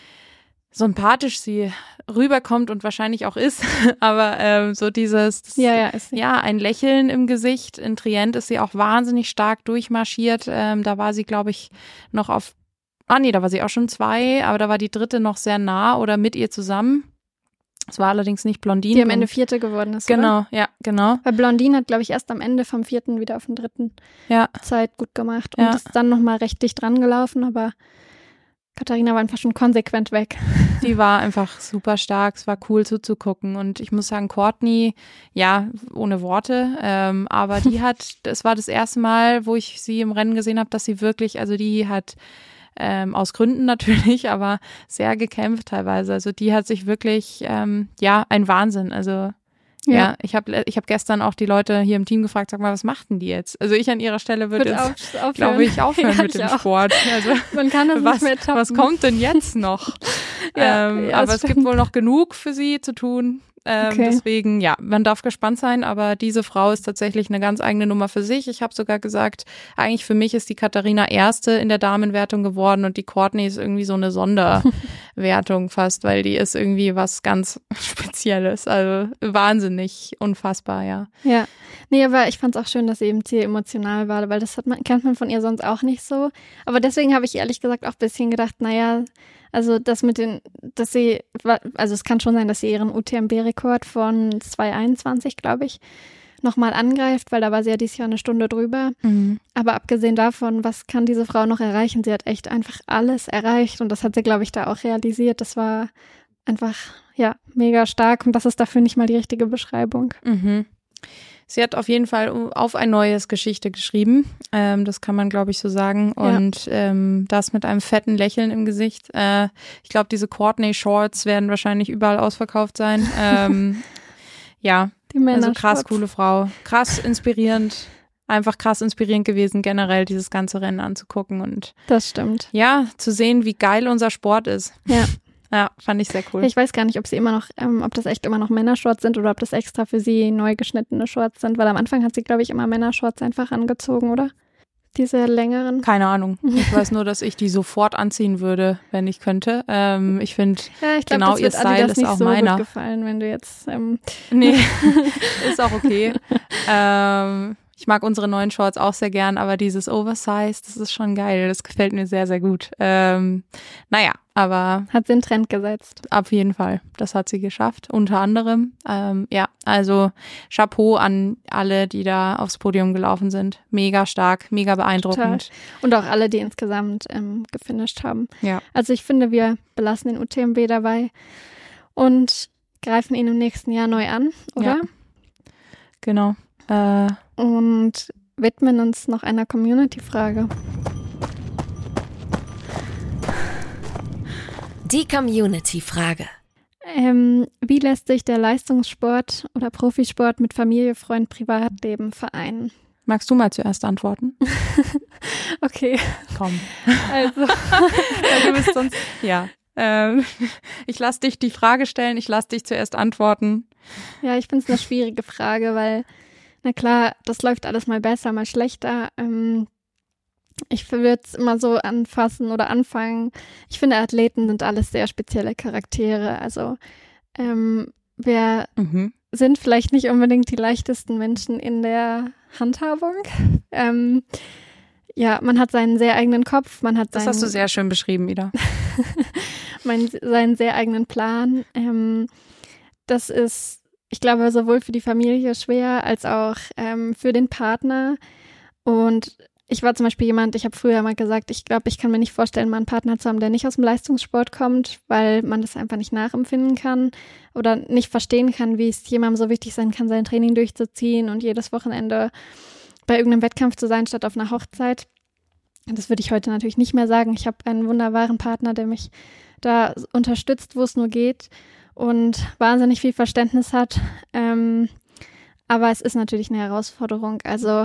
Speaker 3: sympathisch sie rüberkommt und wahrscheinlich auch ist, aber ähm, so dieses, das,
Speaker 2: ja, ja, ist sie.
Speaker 3: ja, ein Lächeln im Gesicht. In Trient ist sie auch wahnsinnig stark durchmarschiert. Ähm, da war sie, glaube ich, noch auf, ah nee, da war sie auch schon zwei, aber da war die dritte noch sehr nah oder mit ihr zusammen. Es war allerdings nicht Blondine.
Speaker 2: Die am Ende Vierte geworden ist,
Speaker 3: Genau,
Speaker 2: oder?
Speaker 3: ja, genau.
Speaker 2: Weil Blondine hat, glaube ich, erst am Ende vom Vierten wieder auf den Dritten
Speaker 3: ja.
Speaker 2: Zeit gut gemacht und
Speaker 3: ja.
Speaker 2: ist dann nochmal recht dicht dran gelaufen, aber Katharina war einfach schon konsequent weg.
Speaker 3: Die war einfach super stark, es war cool zuzugucken und ich muss sagen, Courtney, ja, ohne Worte, ähm, aber die hat, das war das erste Mal, wo ich sie im Rennen gesehen habe, dass sie wirklich, also die hat ähm, aus Gründen natürlich, aber sehr gekämpft teilweise, also die hat sich wirklich, ähm, ja, ein Wahnsinn, also ja, ja ich habe ich hab gestern auch die Leute hier im Team gefragt, sag mal, was machten die jetzt? Also ich an ihrer Stelle würde jetzt, auf, glaube ich, aufhören
Speaker 2: ja,
Speaker 3: mit dem
Speaker 2: auch.
Speaker 3: Sport. Also
Speaker 2: man kann das
Speaker 3: was,
Speaker 2: nicht mehr toppen.
Speaker 3: Was kommt denn jetzt noch?
Speaker 2: ja,
Speaker 3: ähm,
Speaker 2: ja,
Speaker 3: aber es
Speaker 2: stimmt.
Speaker 3: gibt wohl noch genug für sie zu tun. Ähm,
Speaker 2: okay.
Speaker 3: Deswegen, ja, man darf gespannt sein, aber diese Frau ist tatsächlich eine ganz eigene Nummer für sich. Ich habe sogar gesagt, eigentlich für mich ist die Katharina Erste in der Damenwertung geworden und die Courtney ist irgendwie so eine Sonderwertung fast, weil die ist irgendwie was ganz Spezielles. Also wahnsinnig, unfassbar, ja.
Speaker 2: Ja, nee, aber ich fand es auch schön, dass sie eben sehr emotional war, weil das hat man, kennt man von ihr sonst auch nicht so. Aber deswegen habe ich ehrlich gesagt auch ein bisschen gedacht, naja, also das mit den, dass sie, also es kann schon sein, dass sie ihren U T M B-Rekord von zwei einundzwanzig, glaube ich, nochmal angreift, weil da war sie ja dieses Jahr eine Stunde drüber.
Speaker 3: Mhm.
Speaker 2: Aber abgesehen davon, was kann diese Frau noch erreichen? Sie hat echt einfach alles erreicht und das hat sie, glaube ich, da auch realisiert. Das war einfach, ja, mega stark und das ist dafür nicht mal die richtige Beschreibung.
Speaker 3: Mhm. Sie hat auf jeden Fall auf ein neues Geschichte geschrieben. Ähm, das kann man, glaube ich, so sagen. Und ja. ähm, das mit einem fetten Lächeln im Gesicht. Äh, ich glaube, diese Courtney-Shorts werden wahrscheinlich überall ausverkauft sein. ähm, ja,
Speaker 2: die Männer
Speaker 3: also krass coole Frau. Krass inspirierend. Einfach krass inspirierend gewesen, generell dieses ganze Rennen anzugucken. Und
Speaker 2: das stimmt.
Speaker 3: Ja, zu sehen, wie geil unser Sport ist.
Speaker 2: Ja.
Speaker 3: Ja, fand ich sehr cool.
Speaker 2: Ich weiß gar nicht, ob sie immer noch, ähm, ob das echt immer noch Männershorts sind oder ob das extra für sie neu geschnittene Shorts sind, weil am Anfang hat sie, glaube ich, immer Männershorts einfach angezogen, oder? Diese längeren.
Speaker 3: Keine Ahnung. Ich weiß nur, dass ich die sofort anziehen würde, wenn ich könnte. Ähm, ich finde,
Speaker 2: ja, ich glaub,
Speaker 3: genau
Speaker 2: das
Speaker 3: ihr
Speaker 2: wird
Speaker 3: Style
Speaker 2: Adidas
Speaker 3: ist
Speaker 2: nicht
Speaker 3: auch
Speaker 2: so
Speaker 3: meiner.
Speaker 2: Gut gefallen, wenn du jetzt. Ähm
Speaker 3: nee, ist auch okay. ähm, Ich mag unsere neuen Shorts auch sehr gern, aber dieses Oversize, das ist schon geil. Das gefällt mir sehr, sehr gut. Ähm, naja, aber...
Speaker 2: Hat sie einen Trend gesetzt.
Speaker 3: Auf jeden Fall. Das hat sie geschafft, unter anderem. Ähm, ja, also Chapeau an alle, die da aufs Podium gelaufen sind. Mega stark, mega beeindruckend.
Speaker 2: Total. Und auch alle, die insgesamt ähm, gefinisht haben.
Speaker 3: Ja.
Speaker 2: Also ich finde, wir belassen den U T M B dabei und greifen ihn im nächsten Jahr neu an, oder?
Speaker 3: Ja. Genau. Äh,
Speaker 2: und widmen uns noch einer Community-Frage.
Speaker 4: Die Community-Frage.
Speaker 2: Ähm, wie lässt sich der Leistungssport oder Profisport mit Familie, Freund, Privatleben vereinen?
Speaker 3: Magst du mal zuerst antworten?
Speaker 2: Okay.
Speaker 3: Komm.
Speaker 2: Also,
Speaker 3: du bist sonst... Ja. Ähm, ich lasse dich die Frage stellen, ich lasse dich zuerst antworten.
Speaker 2: Ja, ich finde es eine schwierige Frage, weil na klar, das läuft alles mal besser, mal schlechter. Ähm, ich würde es immer so anfassen oder anfangen. Ich finde, Athleten sind alles sehr spezielle Charaktere. Also ähm, wir
Speaker 3: mhm.
Speaker 2: sind vielleicht nicht unbedingt die leichtesten Menschen in der Handhabung. Ähm, ja, man hat seinen sehr eigenen Kopf. Man hat
Speaker 3: das
Speaker 2: seinen,
Speaker 3: hast du sehr schön beschrieben, Ida.
Speaker 2: mein, seinen sehr eigenen Plan. Ähm, das ist Ich glaube, sowohl für die Familie schwer als auch ähm, für den Partner. Und ich war zum Beispiel jemand, ich habe früher mal gesagt, ich glaube, ich kann mir nicht vorstellen, mal einen Partner zu haben, der nicht aus dem Leistungssport kommt, weil man das einfach nicht nachempfinden kann oder nicht verstehen kann, wie es jemandem so wichtig sein kann, sein Training durchzuziehen und jedes Wochenende bei irgendeinem Wettkampf zu sein, statt auf einer Hochzeit. Das würde ich heute natürlich nicht mehr sagen. Ich habe einen wunderbaren Partner, der mich da unterstützt, wo es nur geht und wahnsinnig viel Verständnis hat. Ähm, aber es ist natürlich eine Herausforderung. Also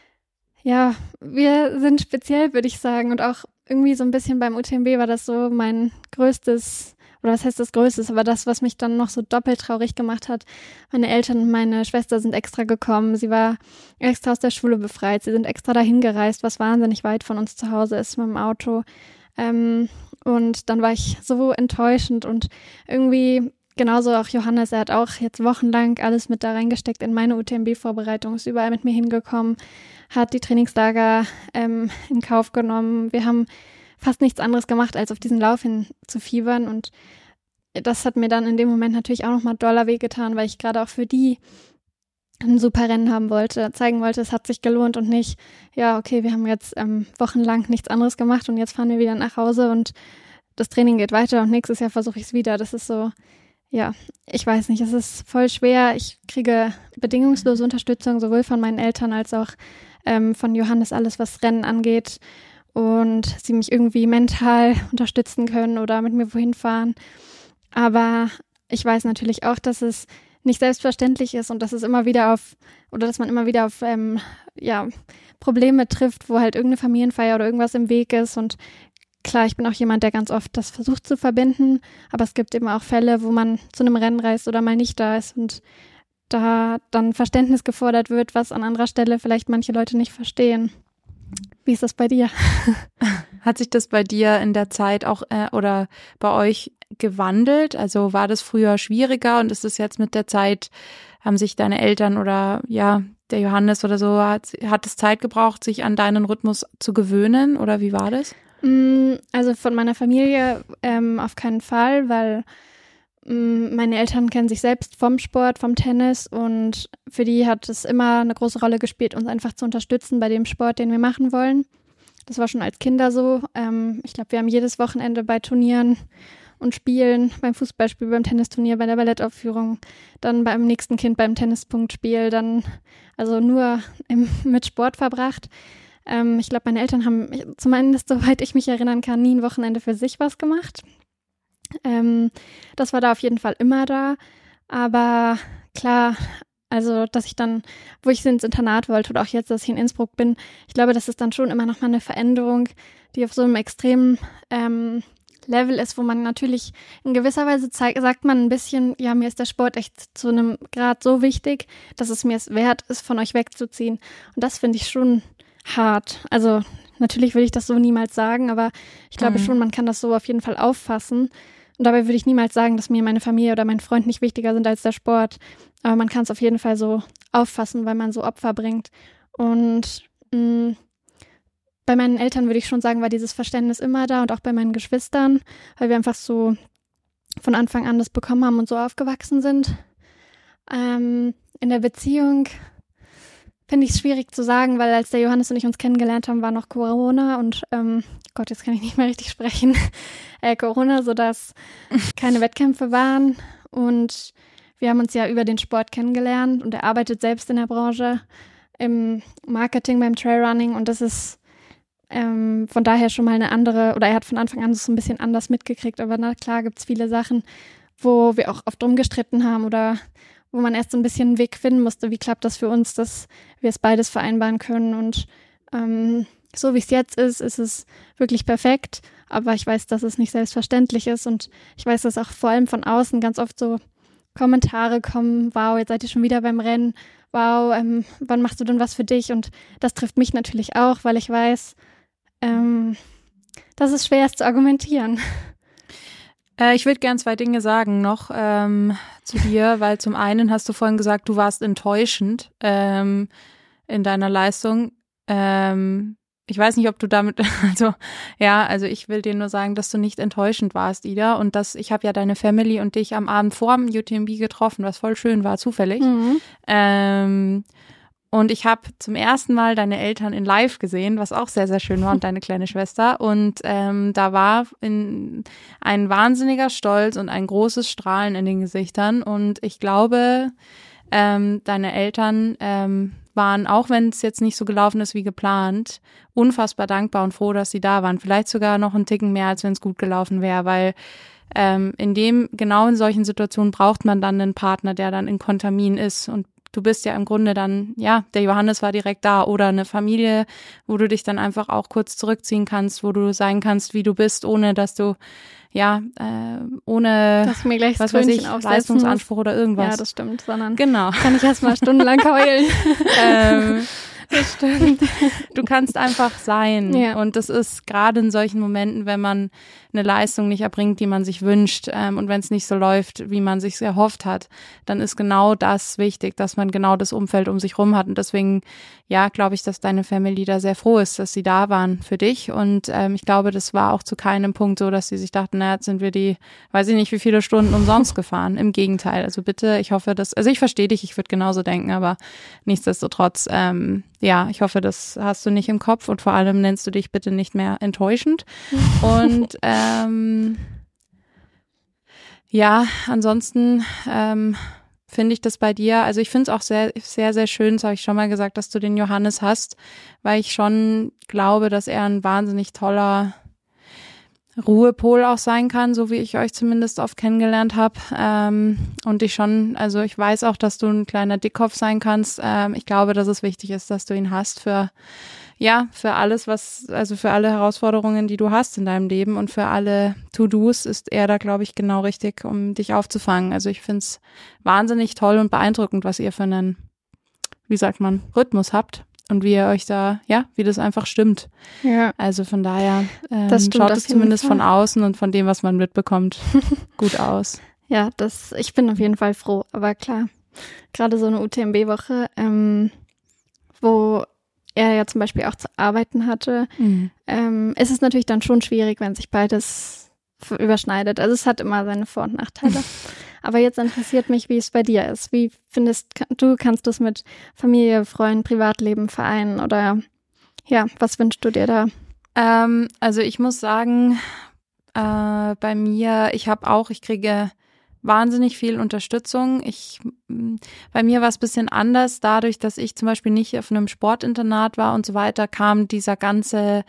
Speaker 2: ja, wir sind speziell, würde ich sagen. Und auch irgendwie so ein bisschen beim U T M B war das so mein größtes, oder was heißt das Größtes, aber das, was mich dann noch so doppelt traurig gemacht hat. Meine Eltern und meine Schwester sind extra gekommen. Sie war extra aus der Schule befreit. Sie sind extra dahin gereist, was wahnsinnig weit von uns zu Hause ist mit dem Auto. Ähm, und dann war ich so enttäuschend und irgendwie genauso auch Johannes, er hat auch jetzt wochenlang alles mit da reingesteckt in meine U T M B-Vorbereitung, ist überall mit mir hingekommen, hat die Trainingslager ähm, in Kauf genommen. Wir haben fast nichts anderes gemacht, als auf diesen Lauf hin zu fiebern und das hat mir dann in dem Moment natürlich auch nochmal doller wehgetan, weil ich gerade auch für die ein super Rennen haben wollte, zeigen wollte, es hat sich gelohnt und nicht, ja, okay, wir haben jetzt ähm, wochenlang nichts anderes gemacht und jetzt fahren wir wieder nach Hause und das Training geht weiter und nächstes Jahr versuche ich es wieder. Das ist so, ja, ich weiß nicht, es ist voll schwer. Ich kriege bedingungslose Unterstützung, sowohl von meinen Eltern als auch ähm, von Johannes, alles was Rennen angeht und sie mich irgendwie mental unterstützen können oder mit mir wohin fahren. Aber ich weiß natürlich auch, dass es nicht selbstverständlich ist und dass es immer wieder auf, oder dass man immer wieder auf ähm, ja, Probleme trifft, wo halt irgendeine Familienfeier oder irgendwas im Weg ist und klar, ich bin auch jemand, der ganz oft das versucht zu verbinden, aber es gibt eben auch Fälle, wo man zu einem Rennen reist oder mal nicht da ist und da dann Verständnis gefordert wird, was an anderer Stelle vielleicht manche Leute nicht verstehen. Wie ist das bei dir?
Speaker 3: Hat sich das bei dir in der Zeit auch äh, oder bei euch gewandelt? Also war das früher schwieriger und ist es jetzt mit der Zeit, haben sich deine Eltern oder ja, der Johannes oder so, hat, hat es Zeit gebraucht, sich an deinen Rhythmus zu gewöhnen oder wie war das?
Speaker 2: Also von meiner Familie ähm, auf keinen Fall, weil ähm, meine Eltern kennen sich selbst vom Sport, vom Tennis und für die hat es immer eine große Rolle gespielt, uns einfach zu unterstützen bei dem Sport, den wir machen wollen. Das war schon als Kinder so. Ähm, ich glaube, wir haben jedes Wochenende bei Turnieren und Spielen, beim Fußballspiel, beim Tennisturnier, bei der Ballettaufführung, dann beim nächsten Kind beim Tennispunktspiel, dann also nur im, mit Sport verbracht. Ähm, ich glaube, meine Eltern haben, zumindest soweit ich mich erinnern kann, nie ein Wochenende für sich was gemacht. Ähm, das war da auf jeden Fall immer da. Aber klar, also dass ich dann, wo ich ins Internat wollte oder auch jetzt, dass ich in Innsbruck bin, ich glaube, das ist dann schon immer nochmal eine Veränderung, die auf so einem extremen ähm, Level ist, wo man natürlich in gewisser Weise zeigt, sagt man ein bisschen, ja, mir ist der Sport echt zu einem Grad so wichtig, dass es mir es wert ist, von euch wegzuziehen. Und das finde ich schon hart. Also natürlich will ich das so niemals sagen, aber ich glaube mhm. schon, man kann das so auf jeden Fall auffassen. Und dabei würde ich niemals sagen, dass mir meine Familie oder mein Freund nicht wichtiger sind als der Sport. Aber man kann es auf jeden Fall so auffassen, weil man so Opfer bringt. Und mh, bei meinen Eltern würde ich schon sagen, war dieses Verständnis immer da und auch bei meinen Geschwistern, weil wir einfach so von Anfang an das bekommen haben und so aufgewachsen sind. Ähm, in der Beziehung finde ich es schwierig zu sagen, weil als der Johannes und ich uns kennengelernt haben, war noch Corona und ähm, Gott, jetzt kann ich nicht mehr richtig sprechen, äh, Corona, sodass keine Wettkämpfe waren und wir haben uns ja über den Sport kennengelernt und er arbeitet selbst in der Branche im Marketing beim Trailrunning und das ist ähm, von daher schon mal eine andere, oder er hat von Anfang an so ein bisschen anders mitgekriegt, aber na klar gibt es viele Sachen, wo wir auch oft drum gestritten haben oder wo man erst so ein bisschen einen Weg finden musste, wie klappt das für uns, dass wir es beides vereinbaren können. Und ähm, so wie es jetzt ist, ist es wirklich perfekt. Aber ich weiß, dass es nicht selbstverständlich ist. Und ich weiß, dass auch vor allem von außen ganz oft so Kommentare kommen, wow, jetzt seid ihr schon wieder beim Rennen. Wow, ähm, wann machst du denn was für dich? Und das trifft mich natürlich auch, weil ich weiß, ähm, dass es schwer ist zu argumentieren.
Speaker 3: Ich würde gern zwei Dinge sagen noch ähm, zu dir, weil zum einen hast du vorhin gesagt, du warst enttäuschend ähm, in deiner Leistung. Ähm, ich weiß nicht, ob du damit, also ja, also ich will dir nur sagen, dass du nicht enttäuschend warst, Ida, und dass ich habe ja deine Family und dich am Abend vor dem U T M B getroffen, was voll schön war, zufällig. Mhm. Ähm, Und ich habe zum ersten Mal deine Eltern in live gesehen, was auch sehr, sehr schön war, und deine kleine Schwester. Und ähm, da war in, ein wahnsinniger Stolz und ein großes Strahlen in den Gesichtern. Und ich glaube, ähm, deine Eltern ähm, waren, auch wenn es jetzt nicht so gelaufen ist wie geplant, unfassbar dankbar und froh, dass sie da waren. Vielleicht sogar noch einen Ticken mehr, als wenn es gut gelaufen wäre, weil ähm, in dem, genau in solchen Situationen braucht man dann einen Partner, der dann in Kontermin ist. Und du bist ja im Grunde dann, ja, der Johannes war direkt da, oder eine Familie, wo du dich dann einfach auch kurz zurückziehen kannst, wo du sein kannst, wie du bist, ohne dass du, ja, äh, ohne,
Speaker 2: dass ich mir gleich
Speaker 3: was weiß ich, Leistungsanspruch oder irgendwas.
Speaker 2: Ja, das stimmt, sondern
Speaker 3: genau.
Speaker 2: kann ich erstmal stundenlang heulen.
Speaker 3: ähm,
Speaker 2: Das stimmt.
Speaker 3: Du kannst einfach sein.
Speaker 2: Ja.
Speaker 3: Und das ist gerade in solchen Momenten, wenn man eine Leistung nicht erbringt, die man sich wünscht, ähm, und wenn es nicht so läuft, wie man sich erhofft hat, dann ist genau das wichtig, dass man genau das Umfeld um sich rum hat. Und deswegen, ja, glaube ich, dass deine Family da sehr froh ist, dass sie da waren für dich. Und ähm, ich glaube, das war auch zu keinem Punkt so, dass sie sich dachten, na, jetzt sind wir die, weiß ich nicht, wie viele Stunden umsonst gefahren. Im Gegenteil. Also bitte, ich hoffe, dass, also ich verstehe dich, ich würde genauso denken, aber nichtsdestotrotz, ähm, ja, ich hoffe, das hast du nicht im Kopf, und vor allem nennst du dich bitte nicht mehr enttäuschend. Und ähm, ja, ansonsten ähm, finde ich das bei dir, also ich finde es auch sehr, sehr, sehr schön, das habe ich schon mal gesagt, dass du den Johannes hast, weil ich schon glaube, dass er ein wahnsinnig toller Ruhepol auch sein kann, so wie ich euch zumindest oft kennengelernt habe. Ähm, und ich schon, also ich weiß auch, dass du ein kleiner Dickkopf sein kannst. Ähm, ich glaube, dass es wichtig ist, dass du ihn hast für, ja, für alles, was, also für alle Herausforderungen, die du hast in deinem Leben, und für alle To-Dos ist er da, glaube ich, genau richtig, um dich aufzufangen. Also ich finde es wahnsinnig toll und beeindruckend, was ihr für einen, wie sagt man, Rhythmus habt. Und wie ihr euch da, ja, wie das einfach stimmt.
Speaker 2: Ja.
Speaker 3: Also von daher ähm,
Speaker 2: Das stimmt
Speaker 3: schaut
Speaker 2: auf
Speaker 3: es
Speaker 2: jeden
Speaker 3: zumindest
Speaker 2: Fall.
Speaker 3: von außen und von dem, was man mitbekommt, gut aus.
Speaker 2: Ja, das, ich bin auf jeden Fall froh. Aber klar, gerade so eine U T M B-Woche, ähm, wo er ja zum Beispiel auch zu arbeiten hatte,
Speaker 3: Mhm.
Speaker 2: ähm, ist es natürlich dann schon schwierig, wenn sich beides f- überschneidet. Also es hat immer seine Vor- und Nachteile. Aber jetzt interessiert mich, wie es bei dir ist. Wie findest ka- du, kannst du es mit Familie, Freund, Privatleben vereinen? Oder ja, was wünschst du dir da?
Speaker 3: Ähm, also ich muss sagen, äh, bei mir, ich habe auch, ich kriege wahnsinnig viel Unterstützung. Ich, m, bei mir war es ein bisschen anders, dadurch, dass ich zum Beispiel nicht auf einem Sportinternat war und so weiter, kam dieser ganze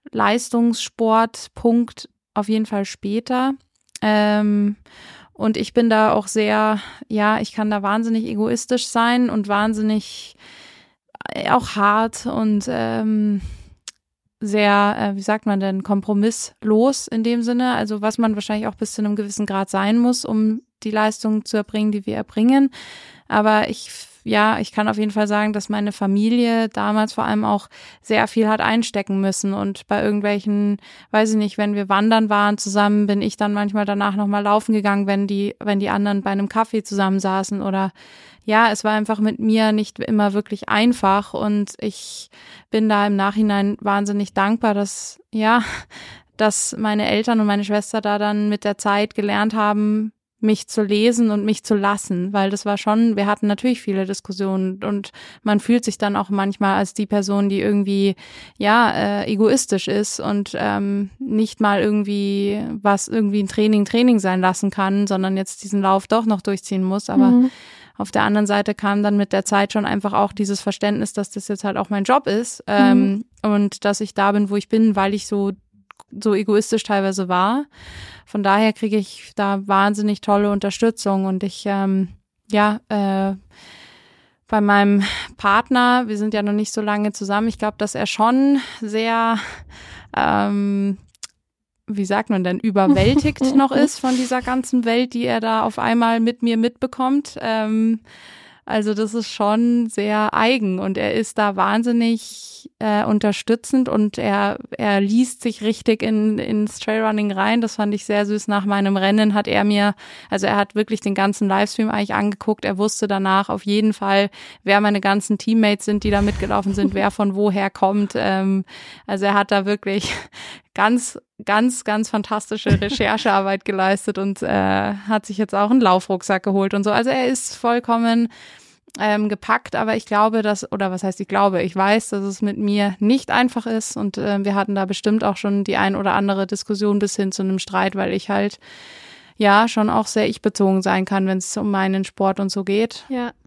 Speaker 3: Leistungssportpunkt auf jeden Fall später. Ähm, und ich bin da auch sehr, ja, ich kann da wahnsinnig egoistisch sein und wahnsinnig äh, auch hart und ähm, sehr, äh, wie sagt man denn, kompromisslos in dem Sinne. Also was man wahrscheinlich auch bis zu einem gewissen Grad sein muss, um die Leistung zu erbringen, die wir erbringen. Aber ich, ja, ich kann auf jeden Fall sagen, dass meine Familie damals vor allem auch sehr viel hat einstecken müssen. Und bei irgendwelchen, weiß ich nicht, wenn wir wandern waren zusammen, bin ich dann manchmal danach nochmal laufen gegangen, wenn die, wenn die anderen bei einem Kaffee zusammensaßen. Oder ja, es war einfach mit mir nicht immer wirklich einfach. Und ich bin da im Nachhinein wahnsinnig dankbar, dass, ja, dass meine Eltern und meine Schwester da dann mit der Zeit gelernt haben, mich zu lesen und mich zu lassen, weil das war schon, wir hatten natürlich viele Diskussionen und man fühlt sich dann auch manchmal als die Person, die irgendwie, ja, äh, egoistisch ist und ähm, nicht mal irgendwie was irgendwie ein Training Training sein lassen kann, sondern jetzt diesen Lauf doch noch durchziehen muss, aber
Speaker 2: Mhm.
Speaker 3: auf der anderen Seite kam dann mit der Zeit schon einfach auch dieses Verständnis, dass das jetzt halt auch mein Job ist, ähm,
Speaker 2: Mhm.
Speaker 3: und dass ich da bin, wo ich bin, weil ich so so egoistisch teilweise war. Von daher kriege ich da wahnsinnig tolle Unterstützung und ich, ähm, ja, äh, bei meinem Partner, wir sind ja noch nicht so lange zusammen, ich glaube, dass er schon sehr, ähm, wie sagt man denn, überwältigt noch ist von dieser ganzen Welt, die er da auf einmal mit mir mitbekommt. Ähm, also das ist schon sehr eigen und er ist da wahnsinnig äh, unterstützend und er er liest sich richtig in ins Trailrunning rein. Das fand ich sehr süß. Nach meinem Rennen hat er mir, also er hat wirklich den ganzen Livestream eigentlich angeguckt. Er wusste danach auf jeden Fall, wer meine ganzen Teammates sind, die da mitgelaufen sind, wer von woher kommt. Ähm, also er hat da wirklich ganz, ganz, ganz fantastische Recherchearbeit geleistet und äh, hat sich jetzt auch einen Laufrucksack geholt und so. Also er ist vollkommen ähm, gepackt, aber ich glaube, dass, oder was heißt ich glaube, ich weiß, dass es mit mir nicht einfach ist und äh, wir hatten da bestimmt auch schon die ein oder andere Diskussion bis hin zu einem Streit, weil ich halt ja schon auch sehr ich-bezogen sein kann, wenn es um meinen Sport und so geht.
Speaker 2: Ja.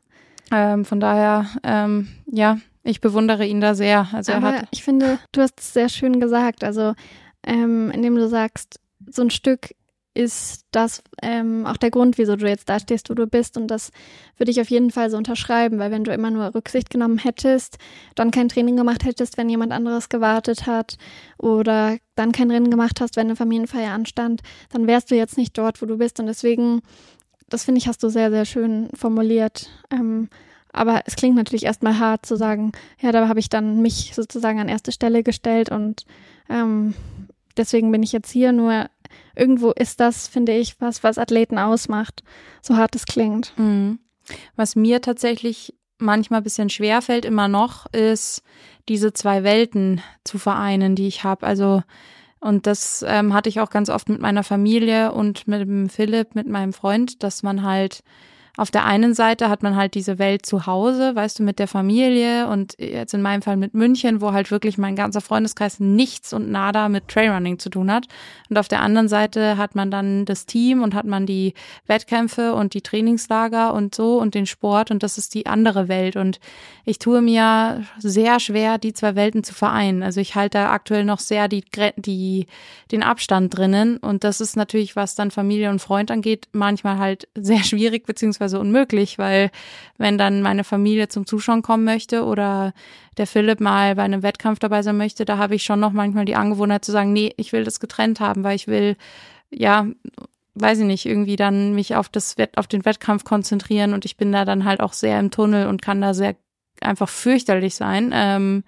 Speaker 3: Ähm, von daher, ähm, ja, ich bewundere ihn da sehr. Also
Speaker 2: Aber
Speaker 3: er hat
Speaker 2: ich finde, du hast es sehr schön gesagt. Also ähm, indem du sagst, so ein Stück ist das ähm, auch der Grund, wieso du jetzt da stehst, wo du bist. Und das würde ich auf jeden Fall so unterschreiben, weil wenn du immer nur Rücksicht genommen hättest, dann kein Training gemacht hättest, wenn jemand anderes gewartet hat oder dann kein Rennen gemacht hast, wenn eine Familienfeier anstand, dann wärst du jetzt nicht dort, wo du bist. Und deswegen, das finde ich, hast du sehr, sehr schön formuliert. Ähm, aber es klingt natürlich erstmal hart zu sagen, ja, da habe ich dann mich sozusagen an erste Stelle gestellt und ähm, deswegen bin ich jetzt hier. Nur irgendwo ist das, finde ich, was, was Athleten ausmacht, so hart es klingt.
Speaker 3: Mhm. Was mir tatsächlich manchmal ein bisschen schwerfällt immer noch, ist diese zwei Welten zu vereinen, die ich habe. Also und das ähm, hatte ich auch ganz oft mit meiner Familie und mit dem Philipp, mit meinem Freund, dass man halt auf der einen Seite hat man halt diese Welt zu Hause, weißt du, mit der Familie und jetzt in meinem Fall mit München, wo halt wirklich mein ganzer Freundeskreis nichts und nada mit Trailrunning zu tun hat. Und auf der anderen Seite hat man dann das Team und hat man die Wettkämpfe und die Trainingslager und so und den Sport und das ist die andere Welt. Und ich tue mir sehr schwer, die zwei Welten zu vereinen. Also ich halte da aktuell noch sehr die, die, den Abstand drinnen und das ist natürlich, was dann Familie und Freund angeht, manchmal halt sehr schwierig, beziehungsweise unmöglich, weil wenn dann meine Familie zum Zuschauen kommen möchte oder der Philipp mal bei einem Wettkampf dabei sein möchte, da habe ich schon noch manchmal die Angewohnheit zu sagen, nee, ich will das getrennt haben, weil ich will, ja, weiß ich nicht, irgendwie dann mich auf das Wett, auf den Wettkampf konzentrieren und ich bin da dann halt auch sehr im Tunnel und kann da sehr einfach fürchterlich sein ähm,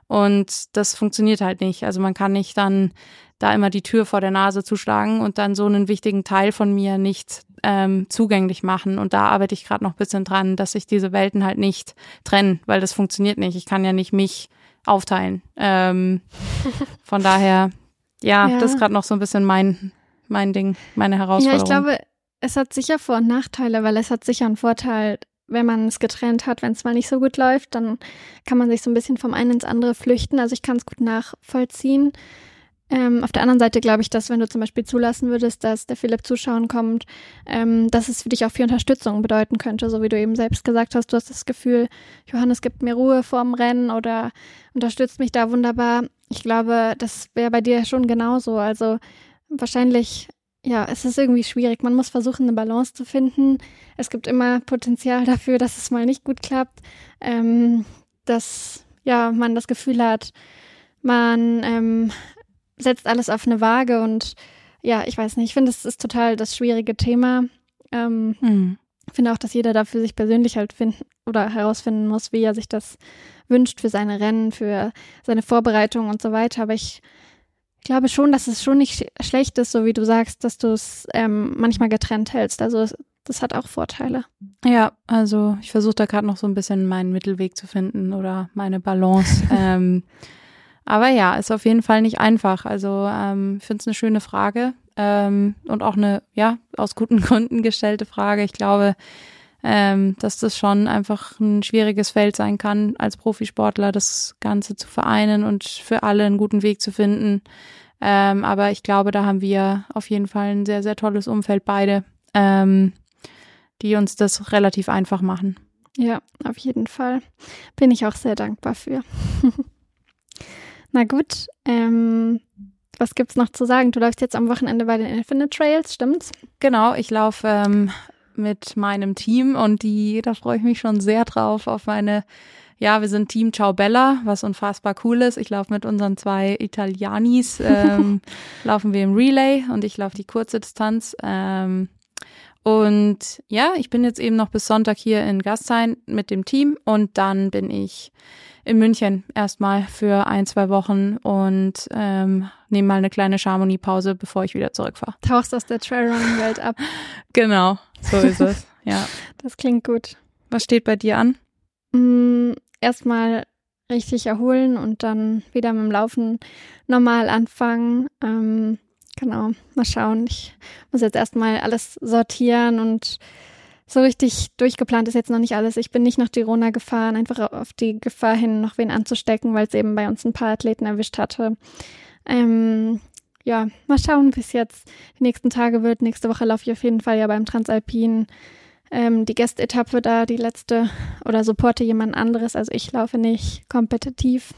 Speaker 3: und das funktioniert halt nicht. Also man kann nicht dann da immer die Tür vor der Nase zuschlagen und dann so einen wichtigen Teil von mir nicht ähm, zugänglich machen. Und da arbeite ich gerade noch ein bisschen dran, dass ich diese Welten halt nicht trenne, weil das funktioniert nicht. Ich kann ja nicht mich aufteilen. Ähm, von daher, ja, ja, das ist gerade noch so ein bisschen mein, mein Ding, meine Herausforderung.
Speaker 2: Ja, ich glaube, es hat sicher Vor- und Nachteile, weil es hat sicher einen Vorteil, wenn man es getrennt hat, wenn es mal nicht so gut läuft, dann kann man sich so ein bisschen vom einen ins andere flüchten. Also ich kann es gut nachvollziehen. Ähm, auf der anderen Seite glaube ich, dass wenn du zum Beispiel zulassen würdest, dass der Philipp zuschauen kommt, ähm, dass es für dich auch viel Unterstützung bedeuten könnte, so wie du eben selbst gesagt hast. Du hast das Gefühl, Johannes gibt mir Ruhe vorm Rennen oder unterstützt mich da wunderbar. Ich glaube, das wäre bei dir schon genauso. Also wahrscheinlich, ja, es ist irgendwie schwierig. Man muss versuchen, eine Balance zu finden. Es gibt immer Potenzial dafür, dass es mal nicht gut klappt, ähm, dass ja man das Gefühl hat, man ähm, setzt alles auf eine Waage und ja, ich weiß nicht, ich finde, es ist total das schwierige Thema. Ähm, mhm. Ich finde auch, dass jeder da für sich persönlich halt finden oder herausfinden muss, wie er sich das wünscht für seine Rennen, für seine Vorbereitung und so weiter. Aber ich glaube schon, dass es schon nicht schlecht ist, so wie du sagst, dass du es ähm, manchmal getrennt hältst. Also das hat auch Vorteile.
Speaker 3: Ja, also ich versuche da gerade noch so ein bisschen meinen Mittelweg zu finden oder meine Balance. ähm, Aber ja, ist auf jeden Fall nicht einfach. Also ähm, ich finde es eine schöne Frage ähm, und auch eine, ja, aus guten Gründen gestellte Frage. Ich glaube, ähm, dass das schon einfach ein schwieriges Feld sein kann, als Profisportler das Ganze zu vereinen und für alle einen guten Weg zu finden. Ähm, aber ich glaube, da haben wir auf jeden Fall ein sehr, sehr tolles Umfeld beide, ähm, die uns das relativ einfach machen.
Speaker 2: Ja, auf jeden Fall. Bin ich auch sehr dankbar für. Na gut, ähm, was gibt's noch zu sagen? Du läufst jetzt am Wochenende bei den Infinite Trails, stimmt's?
Speaker 3: Genau, ich laufe ähm, mit meinem Team und die, da freue ich mich schon sehr drauf, auf meine, ja, wir sind Team Ciao Bella, was unfassbar cool ist. Ich laufe mit unseren zwei Italianis, ähm, laufen wir im Relay und ich laufe die kurze Distanz. Ähm, und ja, ich bin jetzt eben noch bis Sonntag hier in Gastein mit dem Team und dann bin ich in München erstmal für ein, zwei Wochen und ähm, nehme mal eine kleine Chamonix-Pause, bevor ich wieder zurückfahre.
Speaker 2: Tauchst aus der Trailrunning-Welt ab.
Speaker 3: Genau, so ist es, ja.
Speaker 2: Das klingt gut.
Speaker 3: Was steht bei dir an?
Speaker 2: Mm, erstmal richtig erholen und dann wieder mit dem Laufen normal anfangen. Ähm, genau, mal schauen. Ich muss jetzt erstmal alles sortieren und so richtig durchgeplant ist jetzt noch nicht alles. Ich bin nicht nach Girona gefahren, einfach auf die Gefahr hin, noch wen anzustecken, weil es eben bei uns ein paar Athleten erwischt hatte. Ähm, ja, mal schauen, wie es jetzt die nächsten Tage wird. Nächste Woche laufe ich auf jeden Fall ja beim Transalpin ähm, die Guest-Etappe da, die letzte, oder supporte jemand anderes. Also ich laufe nicht kompetitiv.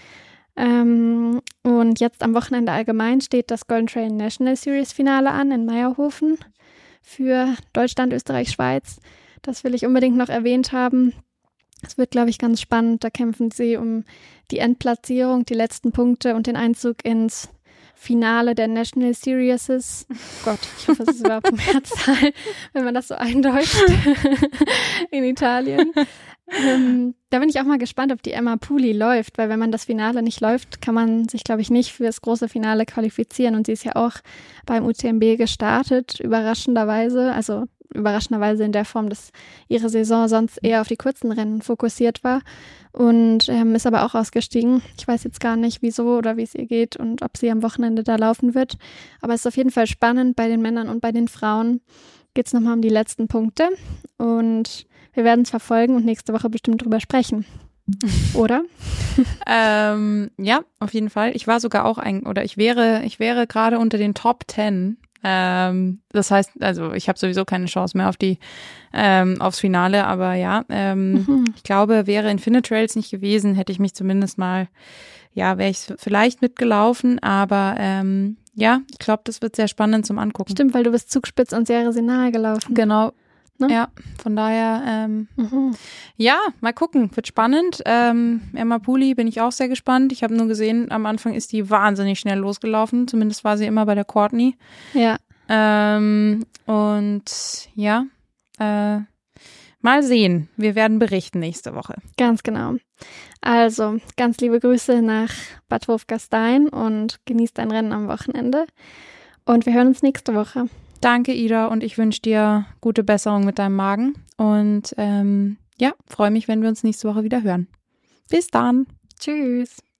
Speaker 2: Ähm, und jetzt am Wochenende allgemein steht das Golden Trail National Series Finale an in Meierhofen für Deutschland, Österreich, Schweiz. Das will ich unbedingt noch erwähnt haben. Es wird, glaube ich, ganz spannend. Da kämpfen sie um die Endplatzierung, die letzten Punkte und den Einzug ins Finale der National Series. Gott, ich hoffe, es ist überhaupt eine Mehrzahl, wenn man das so eindeutet in Italien. Ähm, da bin ich auch mal gespannt, ob die Emma Pooley läuft, weil wenn man das Finale nicht läuft, kann man sich, glaube ich, nicht für das große Finale qualifizieren. Und sie ist ja auch beim U T M B gestartet, überraschenderweise. Also überraschenderweise in der Form, dass ihre Saison sonst eher auf die kurzen Rennen fokussiert war. Und ähm, ist aber auch ausgestiegen. Ich weiß jetzt gar nicht, wieso oder wie es ihr geht und ob sie am Wochenende da laufen wird. Aber es ist auf jeden Fall spannend. Bei den Männern und bei den Frauen geht es nochmal um die letzten Punkte. Und wir werden es verfolgen und nächste Woche bestimmt drüber sprechen. Oder?
Speaker 3: ähm, ja, auf jeden Fall. Ich war sogar auch ein, oder ich wäre, ich wäre gerade unter den Top Ten. Ähm, das heißt, also ich habe sowieso keine Chance mehr auf die, ähm, aufs Finale, aber ja, ähm, mhm. ich glaube, wäre Infinite Trails nicht gewesen, hätte ich mich zumindest mal, ja, wäre ich vielleicht mitgelaufen, aber ähm, ja, ich glaube, das wird sehr spannend zum Angucken.
Speaker 2: Stimmt, weil du bist Zugspitz und sehr nahe gelaufen.
Speaker 3: Genau.
Speaker 2: Ne?
Speaker 3: Ja, von daher, ähm,
Speaker 2: mhm.
Speaker 3: ja, mal gucken, wird spannend. Ähm, Emma Pooley bin ich auch sehr gespannt. Ich habe nur gesehen, am Anfang ist die wahnsinnig schnell losgelaufen. Zumindest war sie immer bei der Courtney.
Speaker 2: Ja.
Speaker 3: Ähm, und ja, äh, mal sehen. Wir werden berichten nächste Woche.
Speaker 2: Ganz genau. Also, ganz liebe Grüße nach Bad Wolfgastein und genießt dein Rennen am Wochenende. Und wir hören uns nächste Woche.
Speaker 3: Danke, Ida, und ich wünsche dir gute Besserung mit deinem Magen. Und ähm, ja, freue mich, wenn wir uns nächste Woche wieder hören. Bis dann.
Speaker 2: Tschüss.